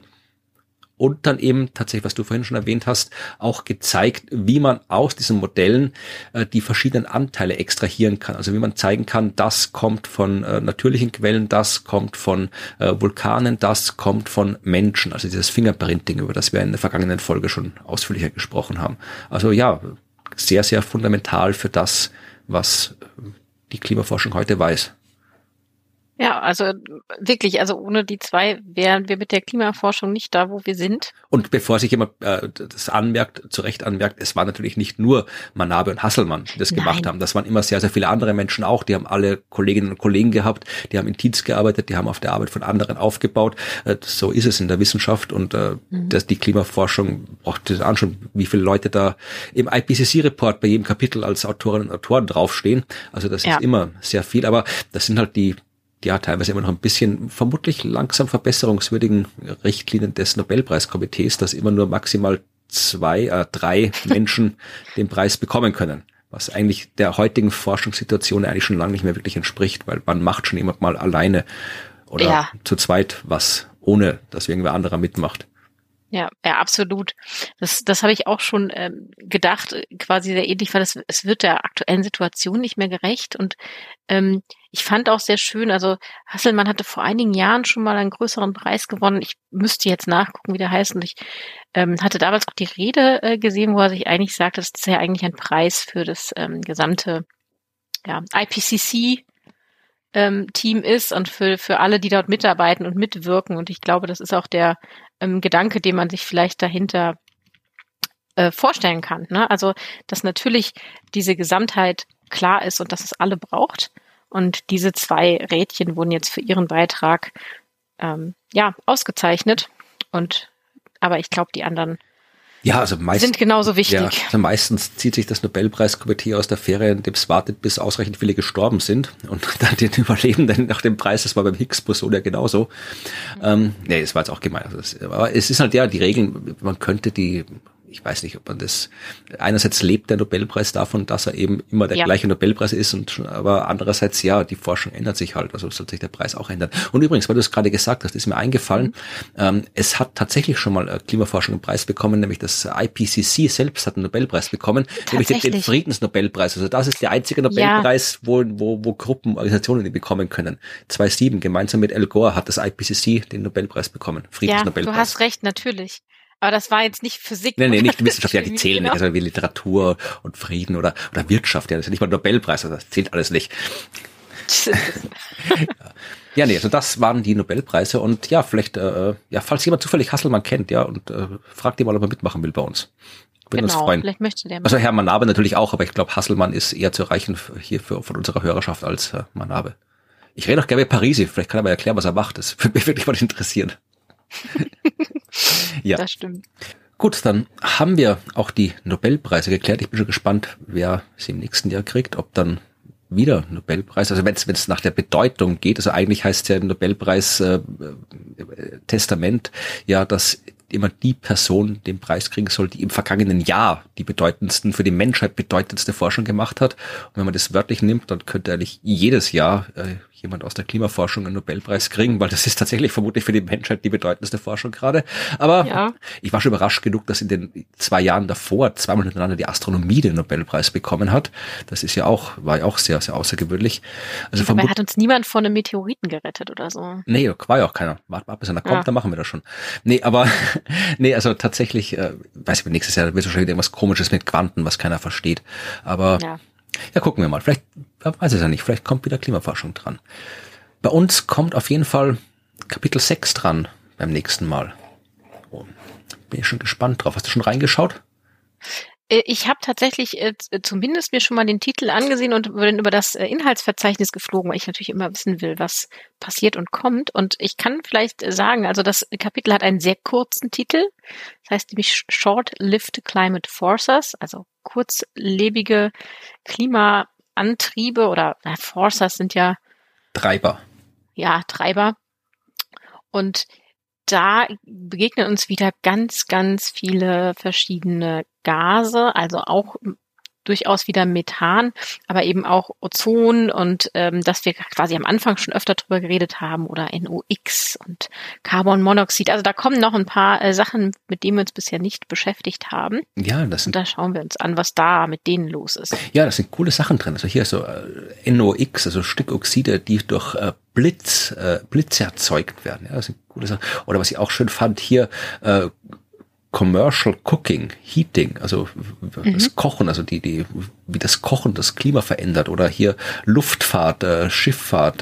Und dann eben tatsächlich, was du vorhin schon erwähnt hast, auch gezeigt, wie man aus diesen Modellen äh, die verschiedenen Anteile extrahieren kann. Also wie man zeigen kann, das kommt von äh, natürlichen Quellen, das kommt von äh, Vulkanen, das kommt von Menschen. Also dieses Fingerprinting, über das wir in der vergangenen Folge schon ausführlicher gesprochen haben. Also ja, sehr, sehr fundamental für das, was die Klimaforschung heute weiß. Ja, also wirklich, also ohne die zwei wären wir mit der Klimaforschung nicht da, wo wir sind. Und bevor sich jemand äh, das anmerkt, zu Recht anmerkt, es war natürlich nicht nur Manabe und Hasselmann, die das Nein. gemacht haben. Das waren immer sehr, sehr viele andere Menschen auch. Die haben alle Kolleginnen und Kollegen gehabt, die haben in Teams gearbeitet, die haben auf der Arbeit von anderen aufgebaut. Äh, so ist es in der Wissenschaft und äh, mhm. das, die Klimaforschung braucht das anschauen, wie viele Leute da im I P C C-Report bei jedem Kapitel als Autorinnen und Autoren draufstehen. Also das ja. ist immer sehr viel, aber das sind halt die ja, teilweise immer noch ein bisschen vermutlich langsam verbesserungswürdigen Richtlinien des Nobelpreiskomitees, dass immer nur maximal zwei, äh, drei Menschen den Preis bekommen können. Was eigentlich der heutigen Forschungssituation eigentlich schon lange nicht mehr wirklich entspricht, weil man macht schon jemand mal alleine oder ja. zu zweit was, ohne dass irgendwer anderer mitmacht. Ja, ja, absolut. Das, das habe ich auch schon ähm, gedacht, quasi sehr ähnlich, weil es, es wird der aktuellen Situation nicht mehr gerecht. Und ähm, ich fand auch sehr schön, also Hasselmann hatte vor einigen Jahren schon mal einen größeren Preis gewonnen. Ich müsste jetzt nachgucken, wie der heißt. Und ich ähm, hatte damals auch die Rede äh, gesehen, wo er sich eigentlich sagte, das ist ja eigentlich ein Preis für das ähm, gesamte ja, I P C C ähm, Team ist und für für alle, die dort mitarbeiten und mitwirken. Und ich glaube, das ist auch der ähm, Gedanke, den man sich vielleicht dahinter äh, vorstellen kann. Ne? Also, dass natürlich diese Gesamtheit klar ist und dass es alle braucht. Und diese zwei Rädchen wurden jetzt für ihren Beitrag ähm, ja ausgezeichnet. Und aber ich glaube, die anderen Ja, also meist, sind genauso wichtig. Ja, also meistens zieht sich das Nobelpreiskomitee aus der Fähre, indem es wartet, bis ausreichend viele gestorben sind und dann den Überlebenden nach dem Preis, das war beim Higgs-Boson ja genauso. Mhm. Ähm, nee, das war jetzt auch gemein. Also das, aber es ist halt ja die Regeln, man könnte die, ich weiß nicht, ob man das, einerseits lebt der Nobelpreis davon, dass er eben immer der ja. gleiche Nobelpreis ist, und aber andererseits, ja, die Forschung ändert sich halt, also soll sich der Preis auch ändern. Und übrigens, weil du es gerade gesagt hast, ist mir eingefallen, mhm. ähm, es hat tatsächlich schon mal Klimaforschung einen Preis bekommen, nämlich das I P C C selbst hat einen Nobelpreis bekommen, nämlich den, den Friedensnobelpreis. Also das ist der einzige Nobelpreis, ja. wo, wo, wo Gruppen, Organisationen den bekommen können. zweitausendsieben, gemeinsam mit Al Gore hat das I P C C den Nobelpreis bekommen, Friedensnobelpreis. Ja, du hast recht, natürlich. Aber das war jetzt nicht Physik. Nee, nee, nicht Wissenschaft, ja, die zählen genau. nicht, also wie Literatur und Frieden oder, oder Wirtschaft, ja, das ist ja nicht mal Nobelpreis, also das zählt alles nicht. ja, nee, also das waren die Nobelpreise und ja, vielleicht, äh, ja, falls jemand zufällig Hasselmann kennt, ja, und äh, fragt ihn mal, ob er mitmachen will bei uns. Würden genau, uns freuen. Vielleicht möchte der mal. Also Herr Manabe natürlich auch, aber ich glaube, Hasselmann ist eher zu erreichen hier für, von unserer Hörerschaft als äh, Manabe. Ich rede auch gerne mit Parisi, vielleicht kann er mal erklären, was er macht, das würde mich wirklich mal interessieren. Ja, das stimmt. Gut, dann haben wir auch die Nobelpreise geklärt. Ich bin schon gespannt, wer sie im nächsten Jahr kriegt, ob dann wieder Nobelpreis, also wenn es wenn es nach der Bedeutung geht, also eigentlich heißt der Nobelpreis äh, äh, Testament ja, dass immer die Person den Preis kriegen soll, die im vergangenen Jahr die bedeutendsten, für die Menschheit bedeutendste Forschung gemacht hat. Und wenn man das wörtlich nimmt, dann könnte eigentlich jedes Jahr äh, jemand aus der Klimaforschung einen Nobelpreis kriegen, weil das ist tatsächlich vermutlich für die Menschheit die bedeutendste Forschung gerade. Aber ja. ich war schon überrascht genug, dass in den zwei Jahren davor zweimal hintereinander die Astronomie den Nobelpreis bekommen hat. Das ist ja auch, war ja auch sehr, sehr außergewöhnlich. Also Dabei hat uns niemand vor einem Meteoriten gerettet oder so. Nee, war ja auch keiner. Warte mal, bis einer kommt, ja. dann machen wir das schon. Nee, aber nee, also tatsächlich, äh, weiß ich, nächstes Jahr wird es wahrscheinlich irgendwas Komisches mit Quanten, was keiner versteht. Aber ja. ja, gucken wir mal. Vielleicht, wer weiß es ja nicht, vielleicht kommt wieder Klimaforschung dran. Bei uns kommt auf jeden Fall Kapitel sechs dran beim nächsten Mal. Oh, bin ich schon gespannt drauf. Hast du schon reingeschaut? Ich habe tatsächlich äh, zumindest mir schon mal den Titel angesehen und bin über das äh, Inhaltsverzeichnis geflogen, weil ich natürlich immer wissen will, was passiert und kommt. Und ich kann vielleicht sagen, also das Kapitel hat einen sehr kurzen Titel. Das heißt nämlich Short-Lived Climate Forces, also kurzlebige Klimaantriebe oder na, Forces sind ja Treiber. Ja, Treiber. Und da begegnen uns wieder ganz, ganz viele verschiedene Gase, also auch durchaus wieder Methan, aber eben auch Ozon und ähm, dass wir quasi am Anfang schon öfter drüber geredet haben oder N O X und Carbonmonoxid. Also da kommen noch ein paar äh, Sachen, mit denen wir uns bisher nicht beschäftigt haben. Ja, das sind. Und da schauen wir uns an, was da mit denen los ist. Ja, das sind coole Sachen drin. Also hier ist so äh, N O X, also Stickoxide, die durch äh, Blitz, äh, Blitze erzeugt werden. Ja, das sind coole Sachen. Oder was ich auch schön fand, hier äh, Commercial Cooking, Heating, also mhm. das Kochen, also die, die, wie das Kochen das Klima verändert, oder hier Luftfahrt, äh, Schifffahrt, äh,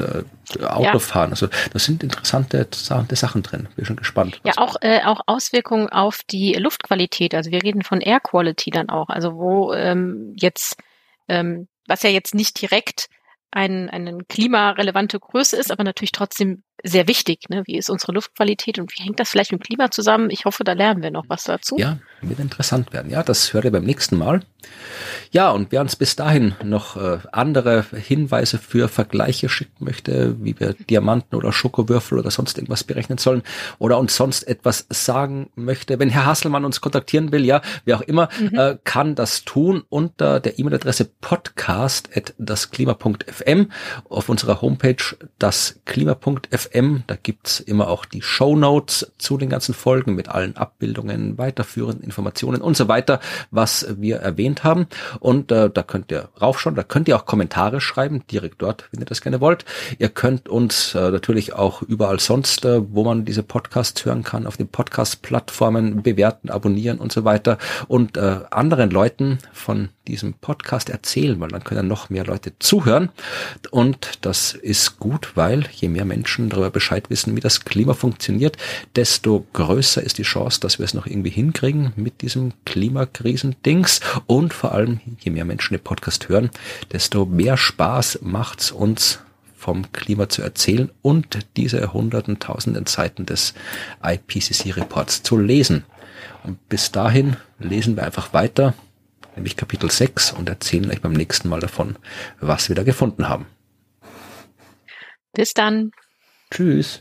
Autofahren. Ja. Also das sind interessante, interessante Sachen drin. Bin schon gespannt. Ja, auch, äh, auch Auswirkungen auf die Luftqualität. Also wir reden von Air Quality dann auch. Also wo ähm, jetzt, ähm, was ja jetzt nicht direkt ein, eine klimarelevante Größe ist, aber natürlich trotzdem sehr wichtig. Ne? Wie ist unsere Luftqualität und wie hängt das vielleicht mit dem Klima zusammen? Ich hoffe, da lernen wir noch was dazu. Ja, wird interessant werden. Ja, das hört ihr beim nächsten Mal. Ja, und wer uns bis dahin noch äh, andere Hinweise für Vergleiche schicken möchte, wie wir Diamanten oder Schokowürfel oder sonst irgendwas berechnen sollen oder uns sonst etwas sagen möchte, wenn Herr Hasselmann uns kontaktieren will, ja, wer auch immer, mhm. äh, kann das tun unter der E-Mail-Adresse podcast at dasklima punkt f m auf unserer Homepage dasklima punkt f m. Da gibt's immer auch die Shownotes zu den ganzen Folgen mit allen Abbildungen, weiterführenden Informationen und so weiter, was wir erwähnt haben. Und äh, da könnt ihr raufschauen, da könnt ihr auch Kommentare schreiben, direkt dort, wenn ihr das gerne wollt. Ihr könnt uns äh, natürlich auch überall sonst, äh, wo man diese Podcasts hören kann, auf den Podcast-Plattformen bewerten, abonnieren und so weiter und äh, anderen Leuten von diesem Podcast erzählen, weil dann können noch mehr Leute zuhören. Und das ist gut, weil je mehr Menschen darüber Bescheid wissen, wie das Klima funktioniert, desto größer ist die Chance, dass wir es noch irgendwie hinkriegen mit diesem Klimakrisen-Dings. Und vor allem, je mehr Menschen den Podcast hören, desto mehr Spaß macht's uns, vom Klima zu erzählen und diese hunderten, tausenden Seiten des I P C C-Reports zu lesen. Und bis dahin lesen wir einfach weiter, nämlich Kapitel sechs, und erzählen euch beim nächsten Mal davon, was wir da gefunden haben. Bis dann. Tschüss.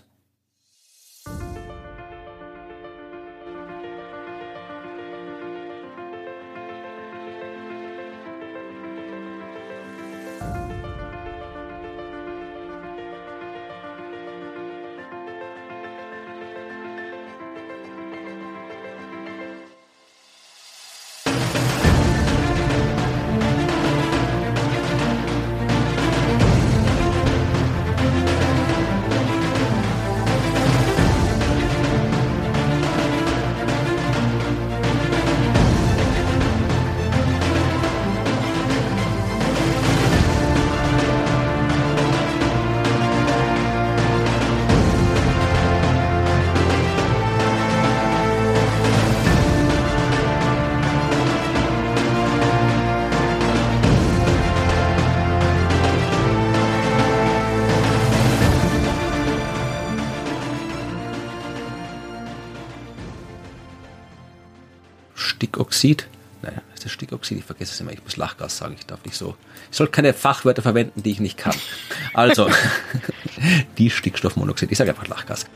Stickoxid. Nein, ist das Stickoxid? Ich vergesse es immer. Ich muss Lachgas sagen. Ich darf nicht so. Ich soll keine Fachwörter verwenden, die ich nicht kann. Also, die Stickstoffmonoxid. Ich sage einfach Lachgas.